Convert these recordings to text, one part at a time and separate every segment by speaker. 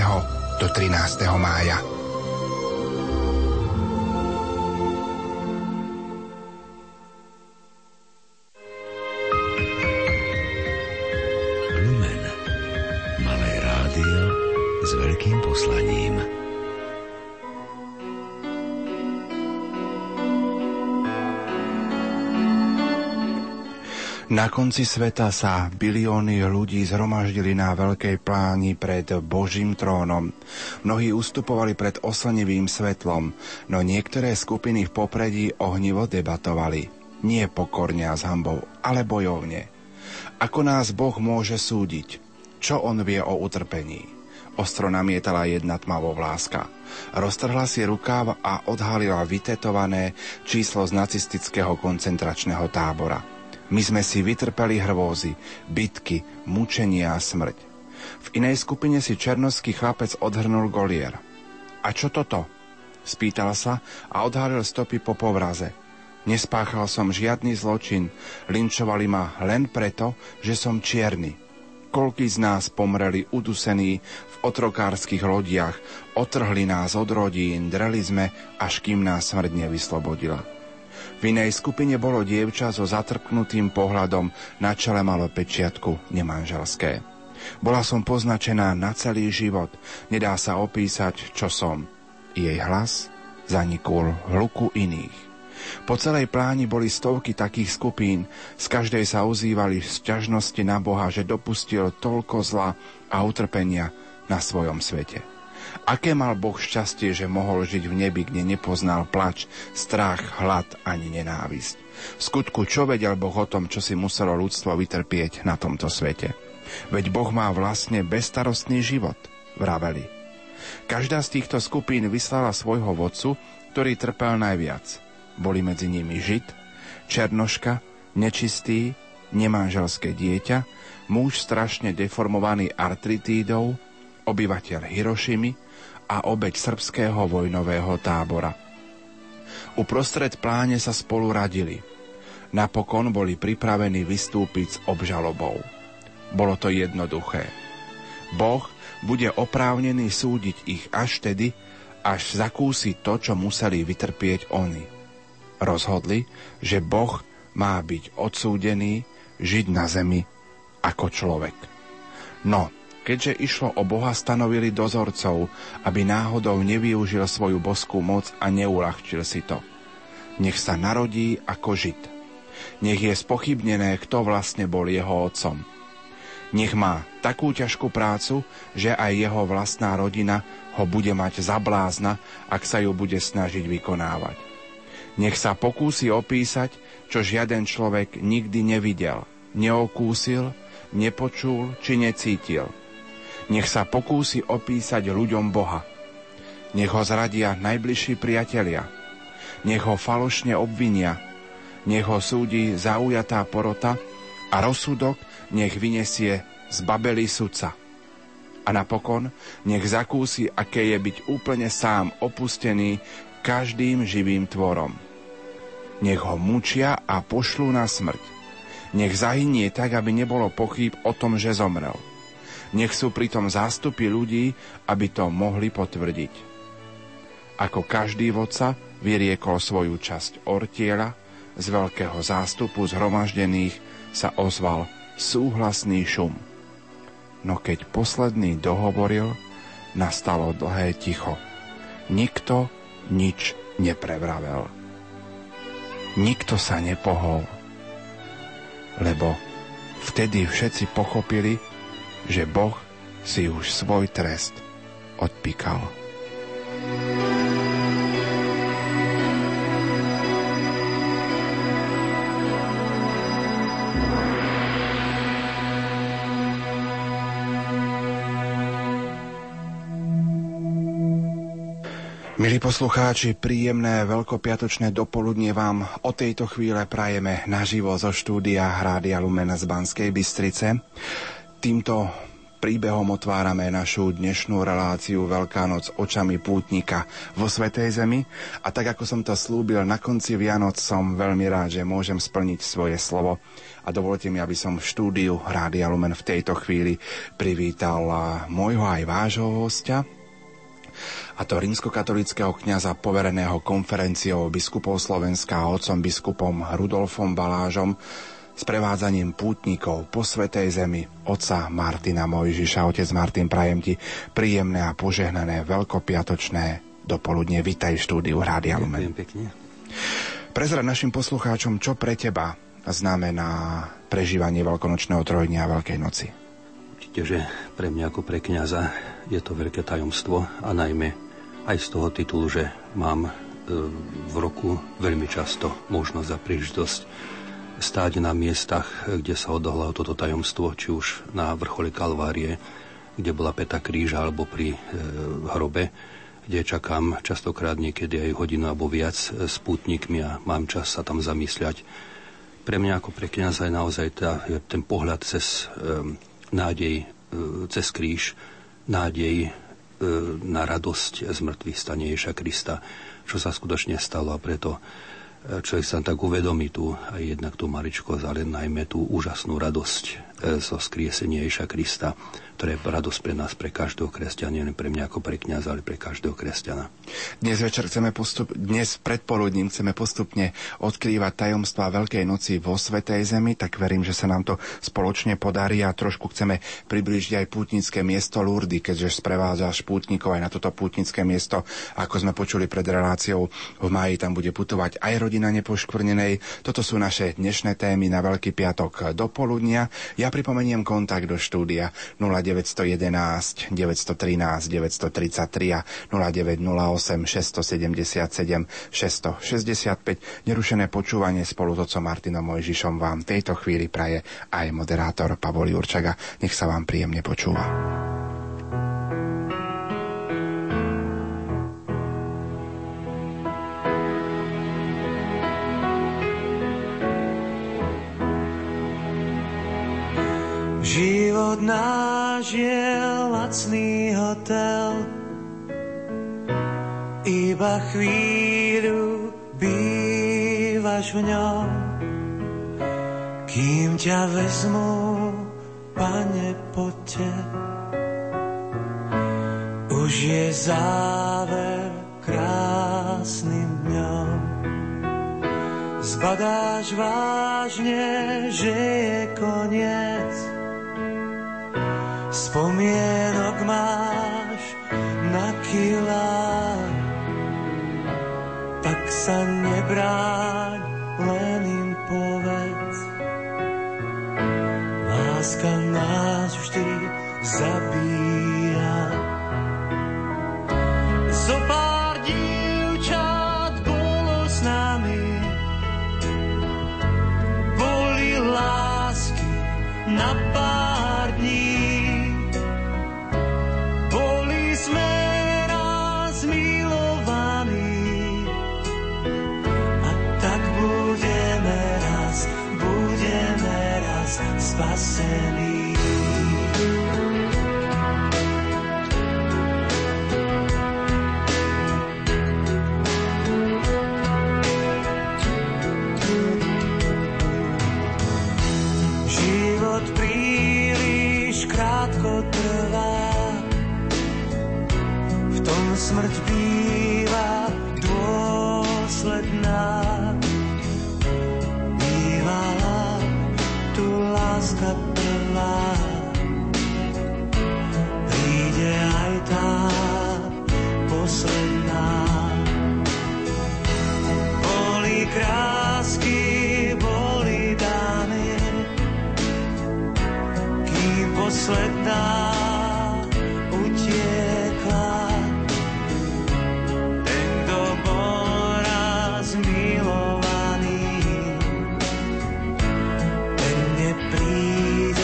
Speaker 1: do 13. mája.
Speaker 2: Lumen. Malé rádio s veľkým poslaním.
Speaker 1: Na konci sveta sa bilióny ľudí zhromaždili na veľkej pláni pred Božím trónom. Mnohí ustupovali pred oslnivým svetlom, no niektoré skupiny v popredí ohnivo debatovali. Nie pokorne a s hanbou, ale bojovne. Ako nás Boh môže súdiť? Čo on vie o utrpení? Ostro namietala jedna tmavovláska. Roztrhla si rukáv a odhalila vytetované číslo z nacistického koncentračného tábora. My sme si vytrpeli hrôzy, bitky, mučenia a smrť. V inej skupine si černošský chlapec odhrnul golier. A čo toto? Spýtal sa a odhalil stopy po povraze. Nespáchal som žiadny zločin, linčovali ma len preto, že som čierny. Koľký z nás pomreli udusení v otrokárskych lodiach, otrhli nás od rodín, dreli sme, až kým nás smrť nevyslobodila. V inej skupine bolo dievča so zatrpknutým pohľadom, na čele malo pečiatku nemanželské. Bola som poznačená na celý život, nedá sa opísať, čo som. Jej hlas zanikol v hluku iných. Po celej pláni boli stovky takých skupín, z každej sa ozývali sťažnosti na Boha, že dopustil toľko zla a utrpenia na svojom svete. Aké mal Boh šťastie, že mohol žiť v nebi, kde nepoznal plač, strach, hlad ani nenávisť. V skutku, čo vedel Boh o tom, čo si muselo ľudstvo vytrpieť na tomto svete? Veď Boh má vlastne bezstarostný život, vraveli. Každá z týchto skupín vyslala svojho vodcu, ktorý trpel najviac. Boli medzi nimi Žid, černoška, nečistý, nemanželské dieťa, muž strašne deformovaný artritídou, obyvateľ Hirošimy a obeť srbského vojnového tábora. Uprostred pláne sa spolu radili. Napokon boli pripravení vystúpiť s obžalobou. Bolo to jednoduché. Boh bude oprávnený súdiť ich až tedy, až zakúsi to, čo museli vytrpieť oni. Rozhodli, že Boh má byť odsúdený žiť na zemi ako človek. No, keďže išlo o Boha, stanovili dozorcov, aby náhodou nevyužil svoju boskú moc a neulahčil si to. Nech sa narodí ako Žid. Nech je spochybnené, kto vlastne bol jeho otcom. Nech má takú ťažkú prácu, že aj jeho vlastná rodina ho bude mať za blázna, ak sa ju bude snažiť vykonávať. Nech sa pokúsi opísať, čo žiaden človek nikdy nevidel, neokúsil, nepočul či necítil. Nech sa pokúsi opísať ľuďom Boha. Nech ho zradia najbližší priatelia. Nech ho falošne obvinia. Nech ho súdi zaujatá porota a rozsudok nech vyniesie z babelí sudca. A napokon nech zakúsi, aké je byť úplne sám opustený každým živým tvorom. Nech ho mučia a pošlú na smrť. Nech zahynie tak, aby nebolo pochýb o tom, že zomrel. Nech sú pritom zástupy ľudí, aby to mohli potvrdiť. Ako každý vodca vyriekol svoju časť ortieľa, z veľkého zástupu zhromaždených sa ozval súhlasný šum. No keď posledný dohovoril, nastalo dlhé ticho. Nikto nič neprevravel. Nikto sa nepohol, lebo vtedy všetci pochopili, že Boh si už svoj trest odpíkal. Milí poslucháči, príjemné veľkopiatočné dopoludnie vám o tejto chvíle prajeme naživo zo štúdia Rádia Lumen z Banskej Bystrice. Týmto príbehom otvárame našu dnešnú reláciu Veľká noc očami pútnika vo Svätej Zemi. A tak, ako som to slúbil, na konci Vianoc som veľmi rád, že môžem splniť svoje slovo. A dovolte mi, aby som v štúdiu Rádia Lumen v tejto chvíli privítal môjho aj vášho hostia, a to rímskokatolického kňaza povereného Konferenciou biskupov Slovenska a otcom biskupom Rudolfom Balážom s prevádzaním pútnikov po Svätej Zemi, otca Martina Mojžiša. Otec Martin, prajem ti príjemné a požehnané veľkopiatočné dopoludnie. Vitaj v štúdiu Rádia Lumen.
Speaker 3: Pekne.
Speaker 1: Prezrať našim poslucháčom, čo pre teba znamená prežívanie veľkonočného trojdňa a Veľkej noci.
Speaker 3: Určite, že pre mňa ako pre kňaza je to veľké tajomstvo a najmä aj z toho titulu, že mám v roku veľmi často možnosť a príležitosť stáť na miestach, kde sa odohralo toto tajomstvo, či už na vrchole Kalvárie, kde bola päta kríža, alebo pri hrobe, kde čakám častokrát niekedy aj hodinu alebo viac s pútnikmi a mám čas sa tam zamysľať. Pre mňa ako pre kňaza je naozaj ten pohľad cez nádej, cez kríž, nádej na radosť z mŕtvych stane Ježiša Krista, čo sa skutočne stalo, a preto človek sa tak uvedomí tu aj jednak tú maličkosť, ale najmä tú úžasnú radosť zo skriesenia Ježiša Krista, ktorá je radosť pre nás, pre každého kresťana, nie len pre mňa ako pre kňaza, ale pre každého kresťana. Dnes
Speaker 1: predpoludním chceme postupne odkrývať tajomstvá Veľkej noci vo Svätej Zemi, tak verím, že sa nám to spoločne podarí a trošku chceme priblížiť aj pútnické miesto Lurdy, keďže sprevádzaš pútnikov aj na toto pútnické miesto. Ako sme počuli pred reláciou, v máji tam bude putovať aj rodina Nepoškvrnenej. Toto sú naše dnešné témy na Veľký piatok do poludnia. Ja pripomeniem kontakt do štúdia 0911 913 933 a 0908 677 665. Nerušené počúvanie spolu s otcom Martinom Mojžišom vám v tejto chvíli praje aj moderátor Pavol Jurčaga. Nech sa vám príjemne počúva.
Speaker 4: Život náš je lacný hotel, iba chvíľu bývaš v ňom. Kým ťa vezmu, Pane, poďte, už je záver krásnym dňom. Zbadáš vážne, že je koniec, spomienok máš na kilá, tak sa nebráň, len im povedz. Láska nás vždy zabíja. Zopár dievčat bolo s nami, boli lásky na pár dní. Spasení. Život príliš krátko trvá, v tom smrť býva dôsledná. Láska trvá, príde aj tá posledná. Boli krásky, boli dámy, kým posledná utiekla. Ten, kto bol raz milovaný, ten nepríde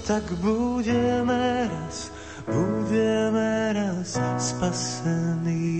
Speaker 4: tak budeme raz spasení.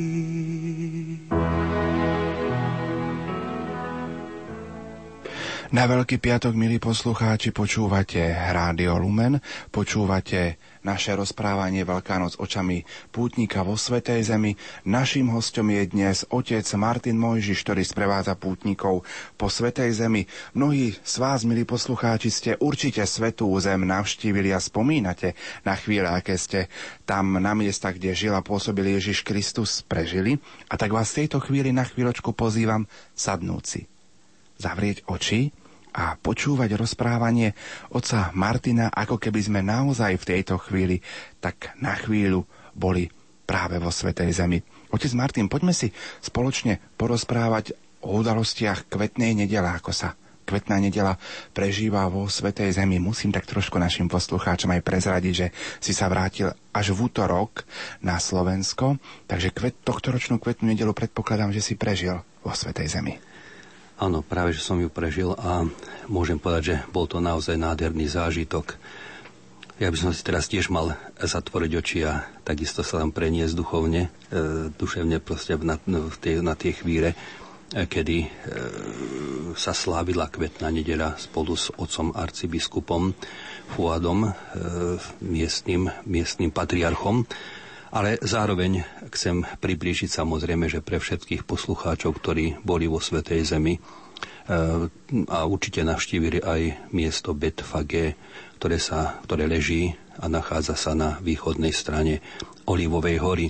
Speaker 1: Na Veľký piatok, milí poslucháči, počúvate Rádio Lumen, počúvate naše rozprávanie Veľká noc očami pútnika vo Svätej Zemi. Naším hostom je dnes otec Martin Mojžiš, ktorý sprevádza pútnikov po Svätej Zemi. Mnohí z vás, milí poslucháči, ste určite Svätú Zem navštívili a spomínate na chvíle, aké ste tam na miestach, kde žil a pôsobil Ježiš Kristus, prežili. A tak vás v tejto chvíli na chvíľočku pozývam sadnúť si, zavrieť oči a počúvať rozprávanie otca Martina, ako keby sme naozaj v tejto chvíli tak na chvíľu boli práve vo Svätej Zemi. Otec Martin, poďme si spoločne porozprávať o udalostiach Kvetnej nedele, ako sa Kvetná nedela prežíva vo Svätej Zemi. Musím tak trošku našim poslucháčom aj prezradiť, že si sa vrátil až v útorok na Slovensko, takže tohtoročnú Kvetnú nedelu predpokladám, že si prežil vo Svätej Zemi.
Speaker 3: Áno, práve, že som ju prežil a môžem povedať, že bol to naozaj nádherný zážitok. Ja by som si teraz tiež mal zatvoriť oči a takisto sa tam preniesť duševne proste na tie chvíle, kedy sa slávila Kvetná nedeľa spolu s otcom arcibiskupom Fuadom, miestnym patriarchom. Ale zároveň chcem priblížiť samozrejme, že pre všetkých poslucháčov, ktorí boli vo Svätej Zemi a určite navštívili aj miesto Betfage, ktoré leží a nachádza sa na východnej strane Olivovej hory.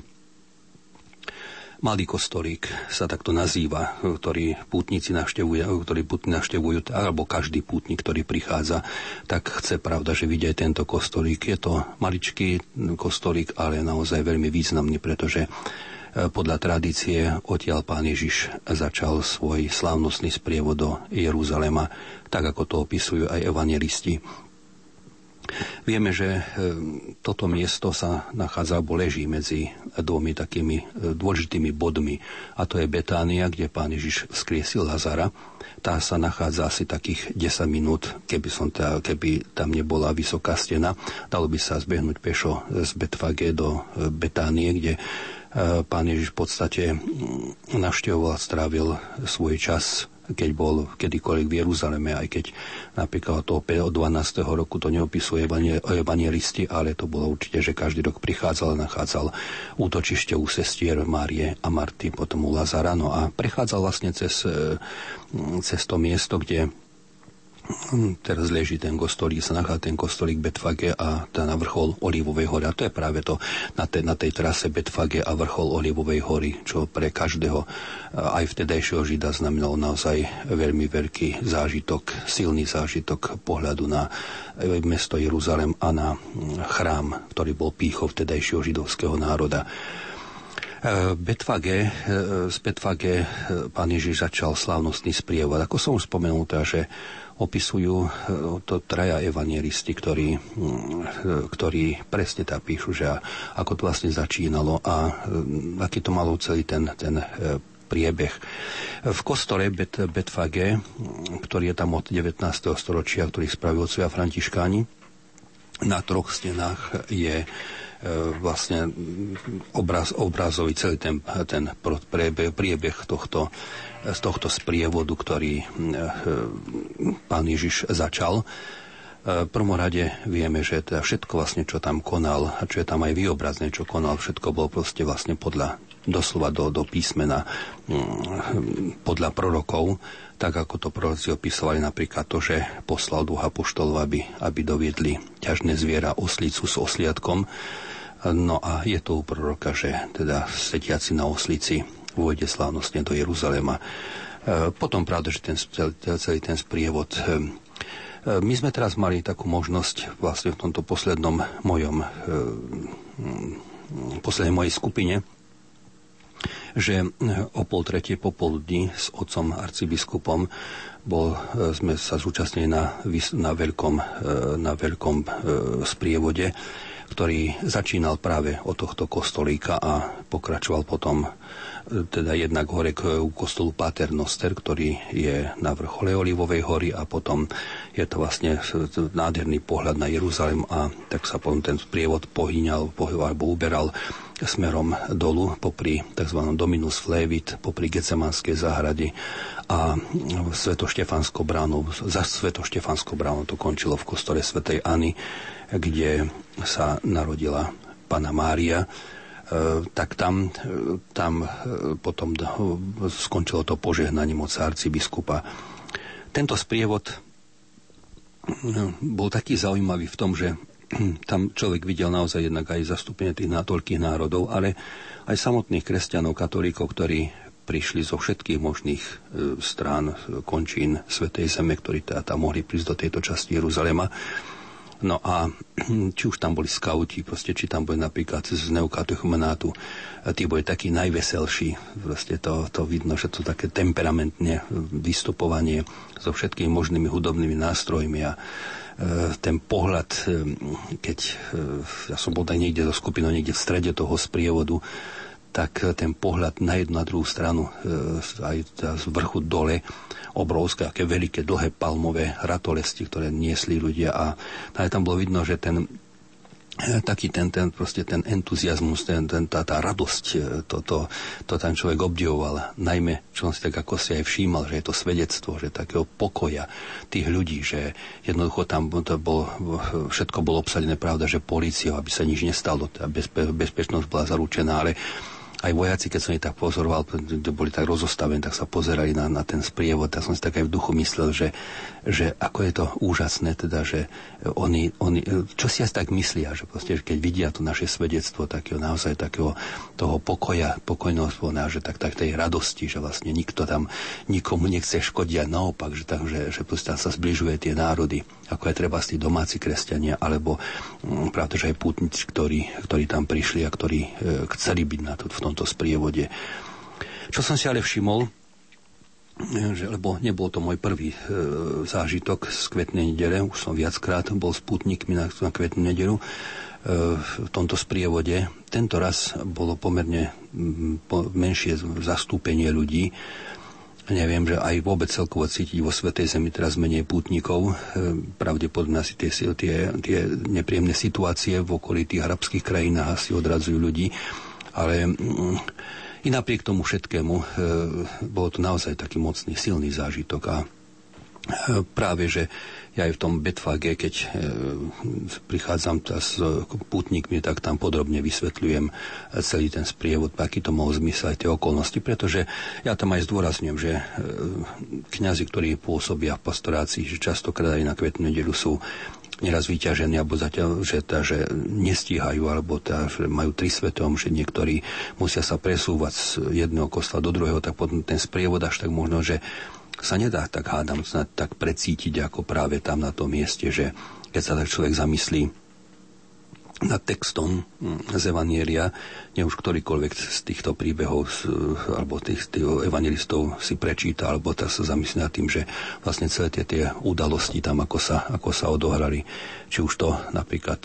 Speaker 3: Malý kostolík sa takto nazýva, ktorý pútnici navštevujú, alebo každý pútnik, ktorý prichádza, tak chce, pravda, že vidieť tento kostolík. Je to maličký kostolík, ale naozaj veľmi významný, pretože podľa tradície odtiaľ Pán Ježiš začal svoj slávnostný sprievod do Jeruzalema, tak ako to opisujú aj evanjelisti. Vieme, že toto miesto sa nachádza alebo leží medzi dvomi takými dôležitými bodmi, a to je Betánia, kde Pán Ježiš vzkriesil Lazara. Tá sa nachádza asi takých 10 minút, keby tam nebola vysoká stena. Dalo by sa zbehnúť pešo z Betfage do Betánie, kde Pán Ježiš v podstate navštevoval, strávil svoj čas, keď bol kedykoľvek v Jeruzaleme, aj keď napríklad od 12. roku to neopisuje evanjelisti, ale to bolo určite, že každý rok prichádzal a nachádzal útočište u sestier Márie a Marty, potom u Lazara, no a prechádzal vlastne cez to miesto, kde teraz leží ten kostolík, sa nachádza ten kostolík Betfage a na vrchol Olivovej hory. A to je práve to na tej trase Betfage a vrchol Olivovej hory, čo pre každého aj vtedajšieho Žida znamenalo naozaj veľmi veľký zážitok, silný zážitok pohľadu na mesto Jeruzalem a na chrám, ktorý bol pýchou vtedajšieho židovského národa. Z Betfage Pán Ježiš začal slávnostný sprievod. Ako som už spomenul, že opisujú to traja evanjelisti, ktorí presne tak píšu, že ako to vlastne začínalo a aký to malo celý ten priebeh. V kostole Betfage, ktorý je tam od 19. storočia, ktorý spravili otcovia františkáni, na 3 stenách je vlastne obrazový celý ten priebeh z tohto sprievodu, ktorý Pán Ježiš začal. V prvom rade vieme, že teda všetko vlastne, čo tam konal a čo je tam aj vyobrazné, čo konal, všetko bolo proste vlastne doslova do písmena podľa prorokov, tak ako to proroci opisovali, napríklad to, že poslal 2 apoštolov, aby doviedli ťažné zviera, oslicu s osliadkom. No a je to u proroka, že teda sediaci na oslici vôjde slávnostne do Jeruzalema. Potom pravda, že celý ten sprievod. My sme teraz mali takú možnosť vlastne v tomto poslednej mojej skupine, že o 2:30 popoludní s otcom arcibiskupom sme sa zúčastnili na veľkom sprievode, ktorý začínal práve od tohto kostolíka a pokračoval potom teda jednak hore k kostolu Pater Noster, ktorý je na vrchole Olivovej hory a potom je to vlastne nádherný pohľad na Jeruzalém a tak sa potom ten sprievod uberal smerom dolu popri tzv. Dominus Flevit, popri Getsemanskej záhrade a Svetoštefanskou bránou. Za Svetoštefanskou bránou to končilo v kostole svätej Anny, kde sa narodila Panna Mária. Tak tam potom skončilo to požehnaním od arcibiskupa. Tento sprievod bol taký zaujímavý v tom, že tam človek videl naozaj jednak aj zastúpenie tých toľkých národov, ale aj samotných kresťanov, katolíkov, ktorí prišli zo všetkých možných strán, končín Svätej Zeme, ktorí tam mohli prísť do tejto časti Jeruzalema. No a či už tam boli skauti, proste, či tam boli napríklad z Neukatechumenátu, tí boli takí najveselší, proste to vidno, že to také temperamentne vystupovanie so všetkými možnými hudobnými nástrojmi a ten pohľad, keď ja som bol tak niekde so skupinou, niekde v strede toho sprievodu, tak ten pohľad na jednu a druhú stranu, aj z vrchu dole, obrovské, aké veľké, dlhé palmové ratolesti, ktoré niesli ľudia a tam bolo vidno, že ten entuziasmus, tá radosť, to tam človek obdivoval. Najmä, čo on si tak ako si aj všímal, že je to svedectvo, že takého pokoja tých ľudí, že jednoducho tam všetko bolo obsadené, pravda, že políciou, aby sa nič nestalo, tá bezpečnosť bola zaručená, ale aj vojaci, keď som ich tak pozoroval, boli tak rozostavení, tak sa pozerali na ten sprievod, tak som si tak aj v duchu myslel, že ako je to úžasné, teda, že oni čo si asi tak myslia, že proste, keď vidia to naše svedectvo, takého naozaj takého toho pokojnosť, že tak tej radosti, že vlastne nikto tam nikomu nechce škodiť, naopak, že proste tam sa zbližuje tie národy, ako aj treba tí domáci kresťania, alebo pravda, že aj pútnici, ktorí tam prišli a ktorí chceli byť v tomto sprievode. Čo som si ale všimol, lebo nebol to môj prvý zážitok z Kvetnej nedele, už som viackrát bol s pútnikmi na Kvetnú nedeľu v tomto sprievode. Tento raz bolo pomerne menšie zastúpenie ľudí. Neviem, že aj vôbec celkovo cítiť vo Svätej Zemi teraz menej pútnikov. Pravdepodobne asi tie nepríjemné situácie v okolí tých arabských krajinách asi odradzujú ľudí. Ale i napriek tomu všetkému bolo to naozaj taký mocný, silný zážitok a práve, že ja aj v tom Betfage, keď prichádzam s pútnikmi, tak tam podrobne vysvetľujem celý ten sprievod, aký to mohol zmysel aj tie okolnosti, pretože ja tam aj zdôrazňujem, že kňazi, ktorí pôsobia v pastorácii, že častokrát aj na Kvetnú nedeľu sú neraz vyťažení, alebo že nestíhajú, alebo že majú 3 sväté omše, niektorí musia sa presúvať z jedného kostola do druhého, tak potom ten sprievod až tak možno, že sa nedá tak hádam, tak precítiť ako práve tam na tom mieste, že keď sa tak človek zamyslí nad textom z Evanielia, už ktorýkoľvek z týchto príbehov alebo tých evangelistov si prečíta, alebo tak sa zamyslí nad tým, že vlastne celé tie udalosti tam, ako sa odohrali, či už to napríklad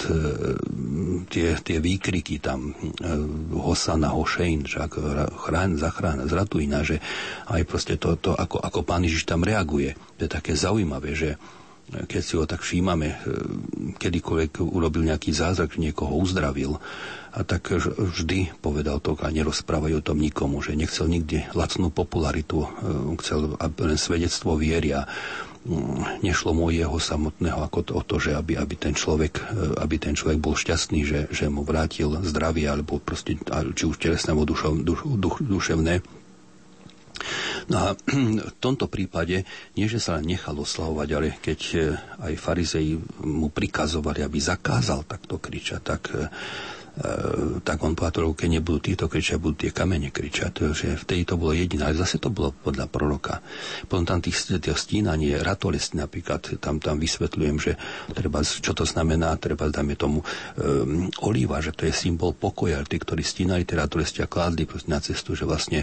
Speaker 3: tie výkriky tam Hosana, Hošejn, zachráň, zratuj nás, že aj proste to ako Pán Ježiš tam reaguje. To je také zaujímavé, že keď si ho tak všímame, kedykoľvek urobil nejaký zázrak, niekoho uzdravil, a tak vždy povedal to a nerozprávajú o tom nikomu, že nechcel nikdy lacnú popularitu, chcel len svedectvo viery a nešlo mu jeho samotného ako o to, že aby ten človek bol šťastný, že mu vrátil zdravie, alebo proste, či už telesné, alebo duševné. No a v tomto prípade nie, že sa nechal oslavovať, ale keď aj farizei mu prikazovali, aby zakázal takto kričať, tak on povedal, keď nebudú títo kričať, budú tie kamene kričať. Že vtedy to bolo jediné, ale zase to bolo podľa proroka. Potom tam tých stínanie, ratolesti napríklad, tam vysvetľujem, že treba, čo to znamená, treba dáme tomu olíva, že to je symbol pokoja. Tí, ktorí stínali tie ratolesti a kládli na cestu, že vlastne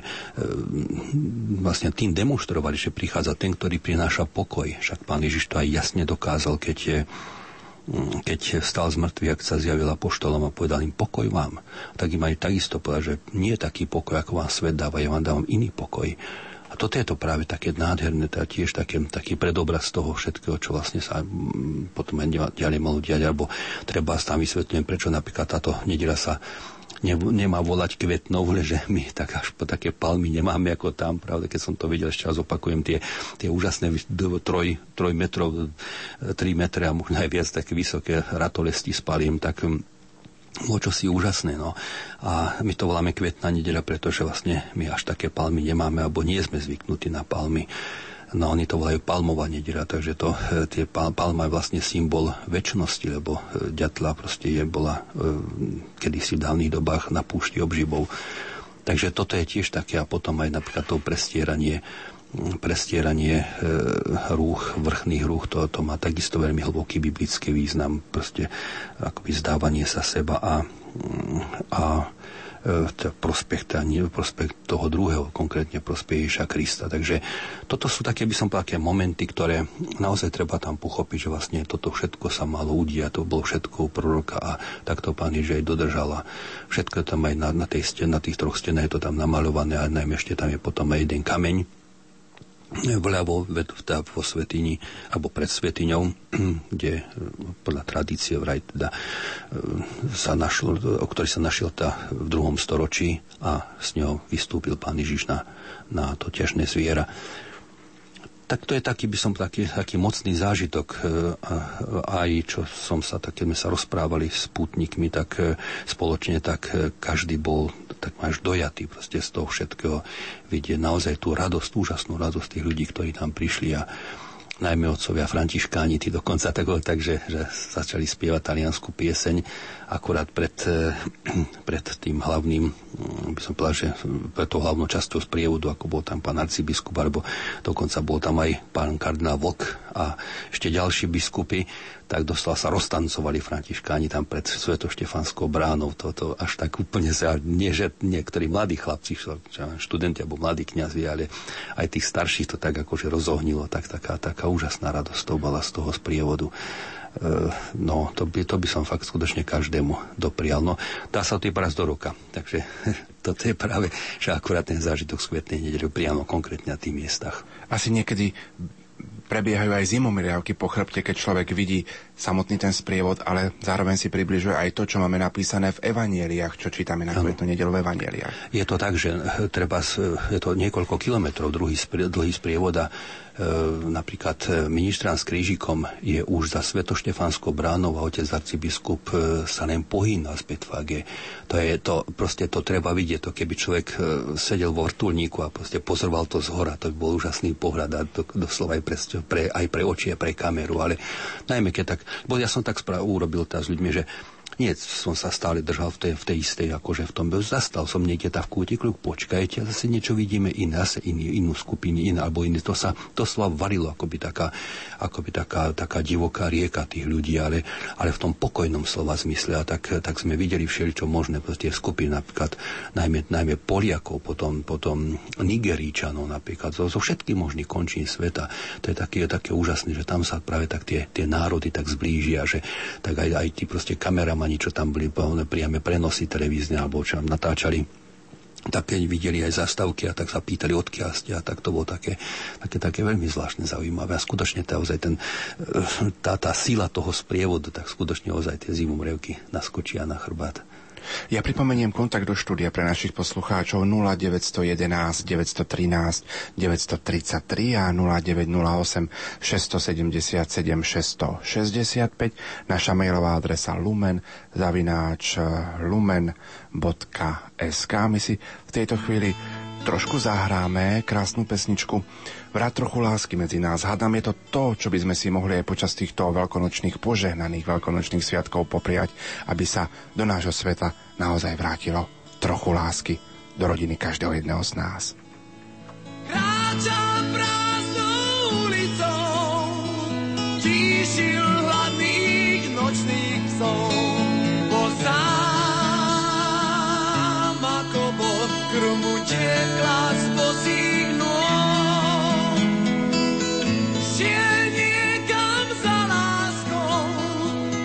Speaker 3: tým demonstrovali, že prichádza ten, ktorý prináša pokoj. Však Pán Ježiš to aj jasne dokázal, keď keď vstal z mŕtvych, ak sa zjavil apoštolom a povedal im pokoj vám, tak im aj takisto povedal, že nie je taký pokoj, ako vám svet dáva, ja vám dávam iný pokoj. A toto je to práve také nádherné, teda tiež taký predobraz toho všetkého, čo vlastne sa potom aj ďalej malo diať, alebo treba tam vysvetľujem, prečo napríklad táto nedeľa sa nemá volať kvetnou, že my tak až po také palmy nemáme ako tam, pravda, keď som to videl, ešte raz opakujem, tie úžasné 3 metrov, 3 metre a možno aj viac také vysoké ratolesti s paliem, tak bolo čosi úžasné, no. A my to voláme kvetná nedeľa, pretože vlastne my až také palmy nemáme, alebo nie sme zvyknutí na palmy. No oni to volajú palmová nedeľa, takže palma je vlastne symbol večnosti, lebo ďatla proste bola kedysi v dávnych dobách na púšti obživou. Takže toto je tiež také, a potom aj napríklad to prestieranie rúch, vrchných rúch, to má takisto veľmi hlboký biblický význam, proste akoby zdávanie sa seba a prospech toho druhého, konkrétne prospech Ježiša Krista. Takže toto sú také, by som povedal, také momenty, ktoré naozaj treba tam pochopiť, že vlastne toto všetko sa malo udiať, to bolo všetko u proroka a takto Pán Ježiš aj dodržala. Všetko tam aj na tých 3 stenách je to tam namaľované a najmä ešte tam je potom aj jeden kameň vľavo vo svätyni alebo pred svätyňou, kde podľa tradície vraj teda ktorý sa našiel v 2. storočí a z neho vystúpil Pán Ježiš na to ťažné zviera. Tak to je taký mocný zážitok. Aj čo keď sme sa rozprávali s pútnikmi, tak spoločne, tak každý bol tak až dojatý proste z toho všetkého. Vidieť naozaj tú radosť, úžasnú radosť tých ľudí, ktorí tam prišli a najmä otcovia františkáni, tí dokonca takže že začali spievať taliansku pieseň akurát pred tým hlavným, by som povedal, že pred tou hlavnou časťou sprievodu, ako bol tam pán arcibiskup, alebo dokonca bol tam aj pán kardinál Vlk a ešte ďalší biskupy, tak doslova sa roztancovali františkáni tam pred Svetoštefanskou bránou. To až tak úplne sa, nie že niektorí mladí chlapci, študenti alebo mladí kňazi, ale aj tých starších to tak akože rozohnilo, tak taká úžasná radosť to bola z toho sprievodu. No, to by som fakt skutočne každému doprial. No, dá sa to iba raz do roka. Takže toto je práve, že akurát ten zážitok z kvetnej nedeľy priamo konkrétne na tých miestach.
Speaker 1: Asi niekedy prebiehajú aj zimomriavky po chrbte, keď človek vidí samotný ten sprievod, ale zároveň si približuje aj to, čo máme napísané v evanjeliách, čo čítame na kvetnú nedeľu v evanjeliách. Je
Speaker 3: to tak, že je to niekoľko kilometrov dlhý sprievod a napríklad ministrán s krížikom je už za Svetoštefanskou bránou a otec arcibiskup sa len pohýna z Betfage. To treba vidieť, to keby človek sedel vo vrtuľníku a proste pozoroval to zhora, to by bol úžasný pohľad a doslova aj pre oči a pre kameru, ale najmä keď tak, bo ja som tak urobil s ľuďmi, že nie som sa stále držal v tej istej, akože v tom zastal som niekde tam v kútiklu, počkajte, a zase niečo vidíme iné, zase inú skupinu, alebo iné. To sa varilo, akoby taká divoká rieka tých ľudí, ale v tom pokojnom slova zmysle. A tak sme videli všeličo možné, tie skupiny, napríklad najmä Poliakov, potom Nigeríčanov, napríklad, zo všetkých možných končín sveta. To je také úžasné, že tam sa práve tak tie národy tak zblížia, že tak aj tí proste kameramani, čo tam boli priame prenosy televízne, alebo čo nám natáčali, tak keď videli aj zastavky a tak sa pýtali, odkiaľ ste, a tak to bolo také veľmi zvláštne zaujímavé. A skutočne tá sila toho sprievodu, tak skutočne ozaj tie zimomrievky naskočia na chrbát.
Speaker 1: Ja pripomeniem kontakt do štúdia pre našich poslucháčov 0911 913 933 a 0908 677 665, naša mailová adresa lumen@lumen.sk. My si v tejto chvíli trošku zahráme krásnu pesničku Vrať trochu lásky medzi nás. Hádam, je to, čo by sme si mohli aj počas týchto veľkonočných požehnaných veľkonočných sviatkov popriať, aby sa do nášho sveta naozaj vrátilo trochu lásky do rodiny každého jedného z nás.
Speaker 5: Kráčam prázdnou ulicou, tíšil hladných nočných psov, bo sám ako Boh krmu tiekla z bosých nôh. Šiel niekam za láskou,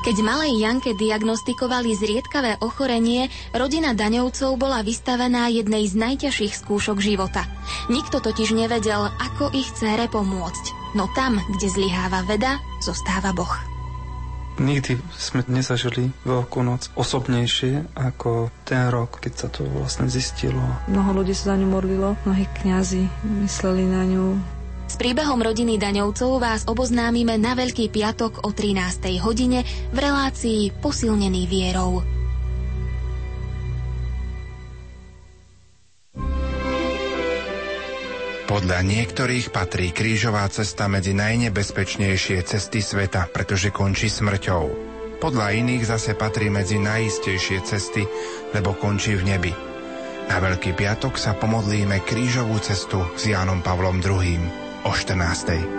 Speaker 6: Keď malej Janke diagnostikovali zriedkavé ochorenie, rodina Daňovcov bola vystavená jednej z najťažších skúšok života. Nikto totiž nevedel, ako ich dcére pomôcť. No tam, kde zlyháva veda, zostáva Boh.
Speaker 7: Nikdy sme nezažili Veľkú noc osobnejšie ako ten rok, keď sa to vlastne zistilo.
Speaker 8: Mnoho ľudí sa za ňu modlilo, mnohí kňazi mysleli na ňu.
Speaker 6: S príbehom rodiny Daňovcov vás oboznámime na Veľký piatok o 13. hodine v relácii Posilnený vierou.
Speaker 1: Podľa niektorých patrí krížová cesta medzi najnebezpečnejšie cesty sveta, pretože končí smrťou. Podľa iných zase patrí medzi najistejšie cesty, lebo končí v nebi. Na Veľký piatok sa pomodlíme krížovú cestu s Jánom Pavlom II. O 14.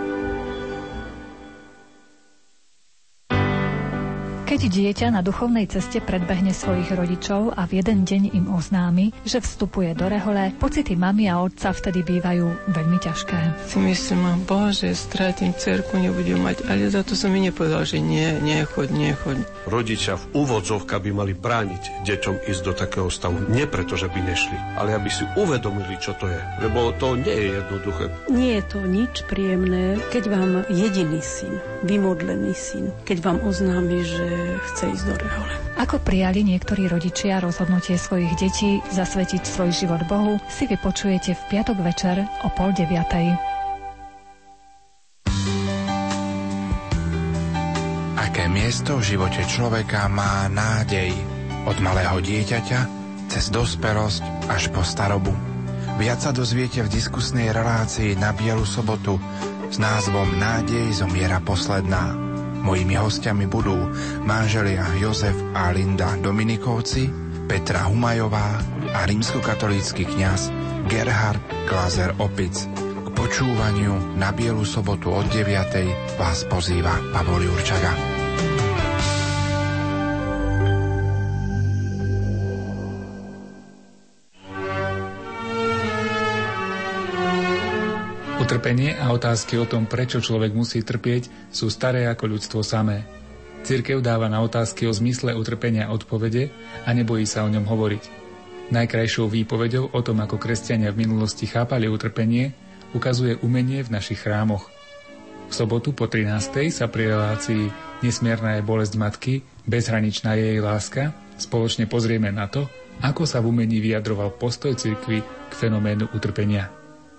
Speaker 9: Keď dieťa na duchovnej ceste predbehne svojich rodičov a v jeden deň im oznámi, že vstupuje do rehole, pocity mamy a otca vtedy bývajú veľmi ťažké.
Speaker 8: Si myslím, Bože, stratím cerku, nebudem mať, ale za to som mi nepovedal, že nechoď.
Speaker 10: Rodičia v úvodzovkách by mali brániť deťom ísť do takého stavu. Nie preto, že by nešli, ale aby si uvedomili, čo to je. Lebo to nie je jednoduché.
Speaker 11: Nie je to nič príjemné, keď vám jediný syn, vymodlený syn, keď vám oznámi, že chce ísť do rehole.
Speaker 9: Ako prijali niektorí rodičia rozhodnutie svojich detí zasvetiť svoj život Bohu, si vypočujete v piatok večer o 8:30.
Speaker 1: Aké miesto v živote človeka má nádej? Od malého dieťaťa cez dospelosť až po starobu. Viac sa dozviete v diskusnej relácii na Bielu sobotu s názvom Nádej zomiera posledná. Mojimi hostiami budú manželia Jozef a Linda Dominikovci, Petra Humajová a rímskokatolícky kňaz Gerhard Glaser-Opic. K počúvaniu na Bielu sobotu od 9:00 vás pozýva Pavol Jurčaga.
Speaker 12: Utrpenie a otázky o tom, prečo človek musí trpieť, sú staré ako ľudstvo samé. Cirkev dáva na otázky o zmysle utrpenia odpovede a nebojí sa o ňom hovoriť. Najkrajšou výpovedou o tom, ako kresťania v minulosti chápali utrpenie, ukazuje umenie v našich chrámoch. V sobotu po 13:00 sa pri relácii Nesmierna je bolesť matky, bezhraničná je jej láska spoločne pozrieme na to, ako sa v umení vyjadroval postoj cirkvi k fenoménu utrpenia.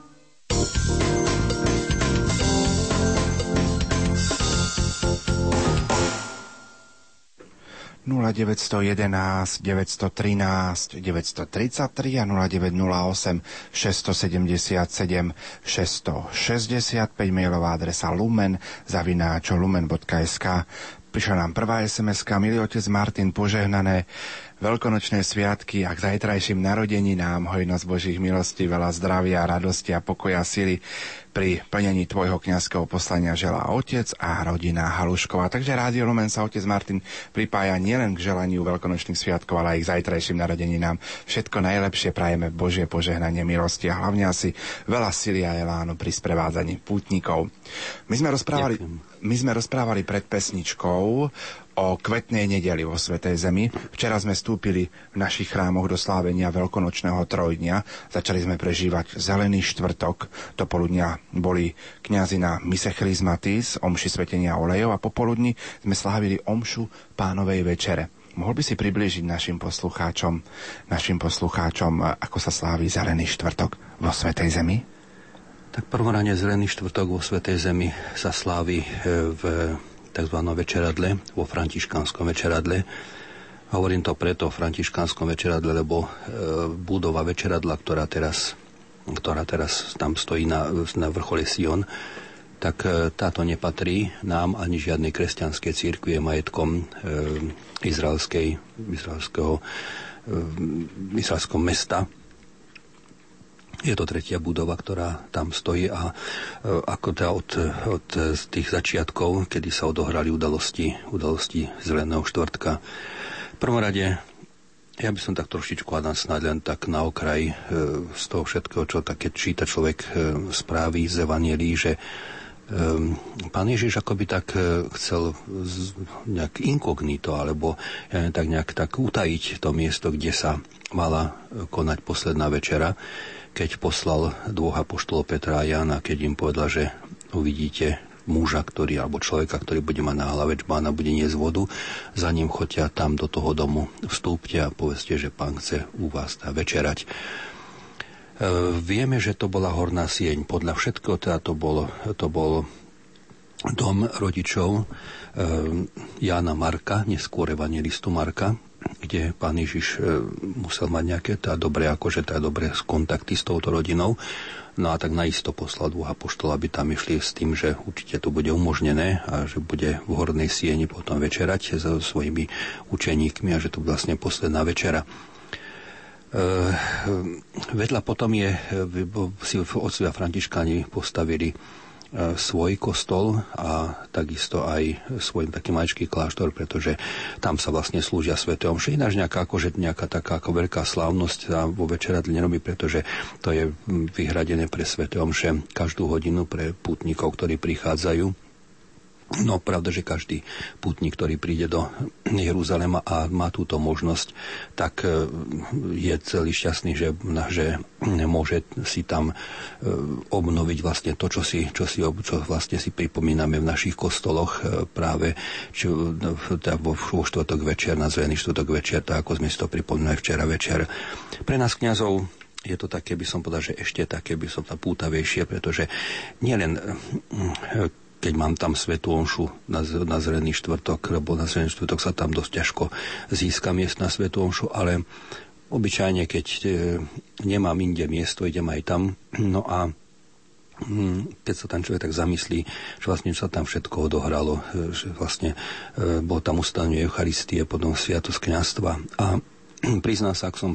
Speaker 1: (0 911 913 933 a 0908 677 665 mailová adresa lumen@lumen.sk. Prišla nám prvá SMS-ka. Milý otec Martin, požehnané veľkonočné sviatky a k zajtrajším narodeninám, hojnosť Božích milostí, veľa zdravia, radosti a pokoja, sily pri plnení tvojho kňazského poslania želá otec a rodina Halušková. Takže Rádio Lumen sa otec Martin pripája nielen k želaniu veľkonočných sviatkov, ale aj k zajtrajším narodeninám. Všetko najlepšie prajeme, Božie požehnanie, milosti a hlavne asi veľa sily a elánu pri sprevádzaní pútnikov. My sme rozprávali pred pesničkou o kvetnej nedeli vo Svätej Zemi. Včera sme vstúpili v našich chrámoch do slávenia veľkonočného trojdňa. Začali sme prežívať Zelený štvrtok. Do poludnia boli kňazi na mise Chrismatis, omši svetenia olejov, a popoludní sme slávili omšu Pánovej večere. Mohol by si priblížiť našim poslucháčom, ako sa sláví Zelený štvrtok vo Svätej Zemi?
Speaker 3: Tak prvorane Zelený štvrtok vo Svätej Zemi sa slávi v tzv. Večeradle, vo františkánskom večeradle. Hovorím to preto v františkánskom večeradle, lebo budova večeradla, ktorá teraz tam stojí na vrchole Sion, tak táto nepatrí nám ani žiadnej kresťanskej cirkvi, je majetkom izraelského mesta. Je to tretia budova, ktorá tam stojí a ako teda od tých začiatkov, kedy sa odohrali udalosti Zeleného štvrtka. V prvom rade, ja by som tak trošičku snáď len tak na okraj z toho všetkého, čo také číta človek správy z Evangelií, že Pán Ježiš akoby tak chcel nejak inkognito, alebo tak utajiť to miesto, kde sa mala konať posledná večera, keď poslal dvoch apoštolov Petra a Jána, keď im povedal, že uvidíte muža, alebo človeka, ktorý bude mať na hlave čbána, bude niesť vodu, za ním choďte tam do toho domu, vstúpte a povedzte, že Pán chce u vás večerať. Vieme, že to bola horná sieň. Podľa všetkého teda to bol dom rodičov Jána Marka, neskôr evangelistu Marka, kde Pán Ježiš musel mať nejaké dobré kontakty s touto rodinou. No a tak naisto poslal dvoch apoštolov, aby tam išli s tým, že určite to bude umožnené a že bude v hornej sieni potom večerať so svojimi učeníkmi a že to bude vlastne posledná večera. Vedľa potom si otcovia františkáni postavili svoj kostol a takisto aj svoj taký maličký kláštor, pretože tam sa vlastne slúžia sväté omše. Ináč nejaká taká ako veľká slávnosť sa vo večeradli nerobí, pretože to je vyhradené pre sväté omše každú hodinu pre pútnikov, ktorí prichádzajú. No, pravda, že každý pútnik, ktorý príde do Jeruzalema a má túto možnosť, tak je celý šťastný, že môže si tam obnoviť vlastne to, čo vlastne si pripomíname v našich kostoloch práve vo štvrtok večer, nazvaný štvrtok večer, tak ako sme si to pripomínali včera večer. Pre nás kňazov je to také, by som povedal, že ešte také by som tam pútavejšie, pretože nielen keď mám tam svätú omšu na zelený štvrtok, lebo na zelený štvrtok sa tam dosť ťažko získa miest na svätú omšu, ale obyčajne, keď nemám inde miesto, idem aj tam. No a keď sa tam človek tak zamyslí, že vlastne sa tam všetko odohralo, že vlastne bol tam ustanovenie Eucharistie, potom sviatosť kňazstva. A priznám sa, ak som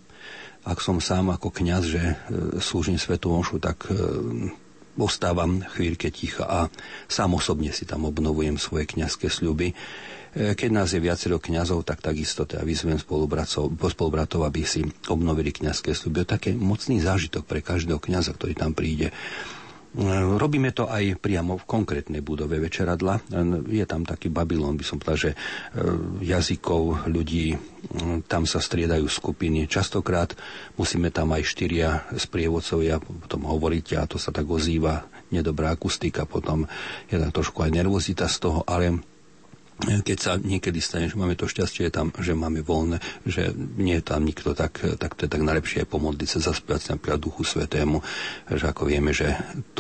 Speaker 3: sám ako kňaz, že slúžim svätú omšu, tak ostávam chvíľke ticha a sám osobne si tam obnovujem svoje kňazské sľuby. Keď nás je viacero kňazov, tak takisto vyzvem spolubratov, aby si obnovili kňazské sľuby. To je taký mocný zážitok pre každého kňaza, ktorý tam príde. Robíme to aj priamo v konkrétnej budove večeradla. Je tam taký Babylon, by som povedal, že jazykov, ľudí, tam sa striedajú skupiny. Častokrát musíme tam aj 4 sprievodcovia potom hovoriť a to sa tak ozýva, nedobrá akustika, potom je tak trošku aj nervozita z toho, ale keď sa niekedy stane, že máme to šťastie tam, že máme voľné, že nie je tam nikto, tak to je tak najlepšie aj pomodliť sa, zaspievať napríklad Duchu Svätému, že ako vieme, že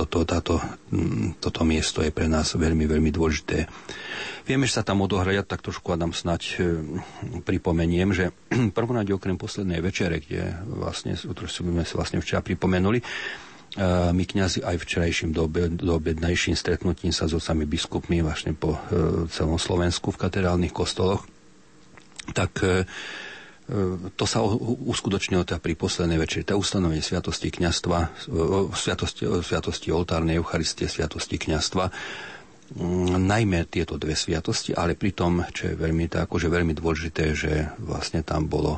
Speaker 3: toto miesto je pre nás veľmi, veľmi dôležité. Vieme, že sa tam odohrať, tak trošku Adam snať pripomeniem, že prvorade okrem poslednej večere, kde vlastne, sme si vlastne včera pripomenuli, my kňazi aj včerajším doobednejším stretnutím sa s otcami biskupmi vlastne po celom Slovensku v katedrálnych kostoloch, tak to sa uskutočnilo pri poslednej večeri. Tá ustanovenie sviatosti kňazstva, sviatosti oltárnej Eucharistie, sviatosti kňazstva, najmä tieto dve sviatosti, ale pritom, čo je veľmi dôležité, že vlastne tam bolo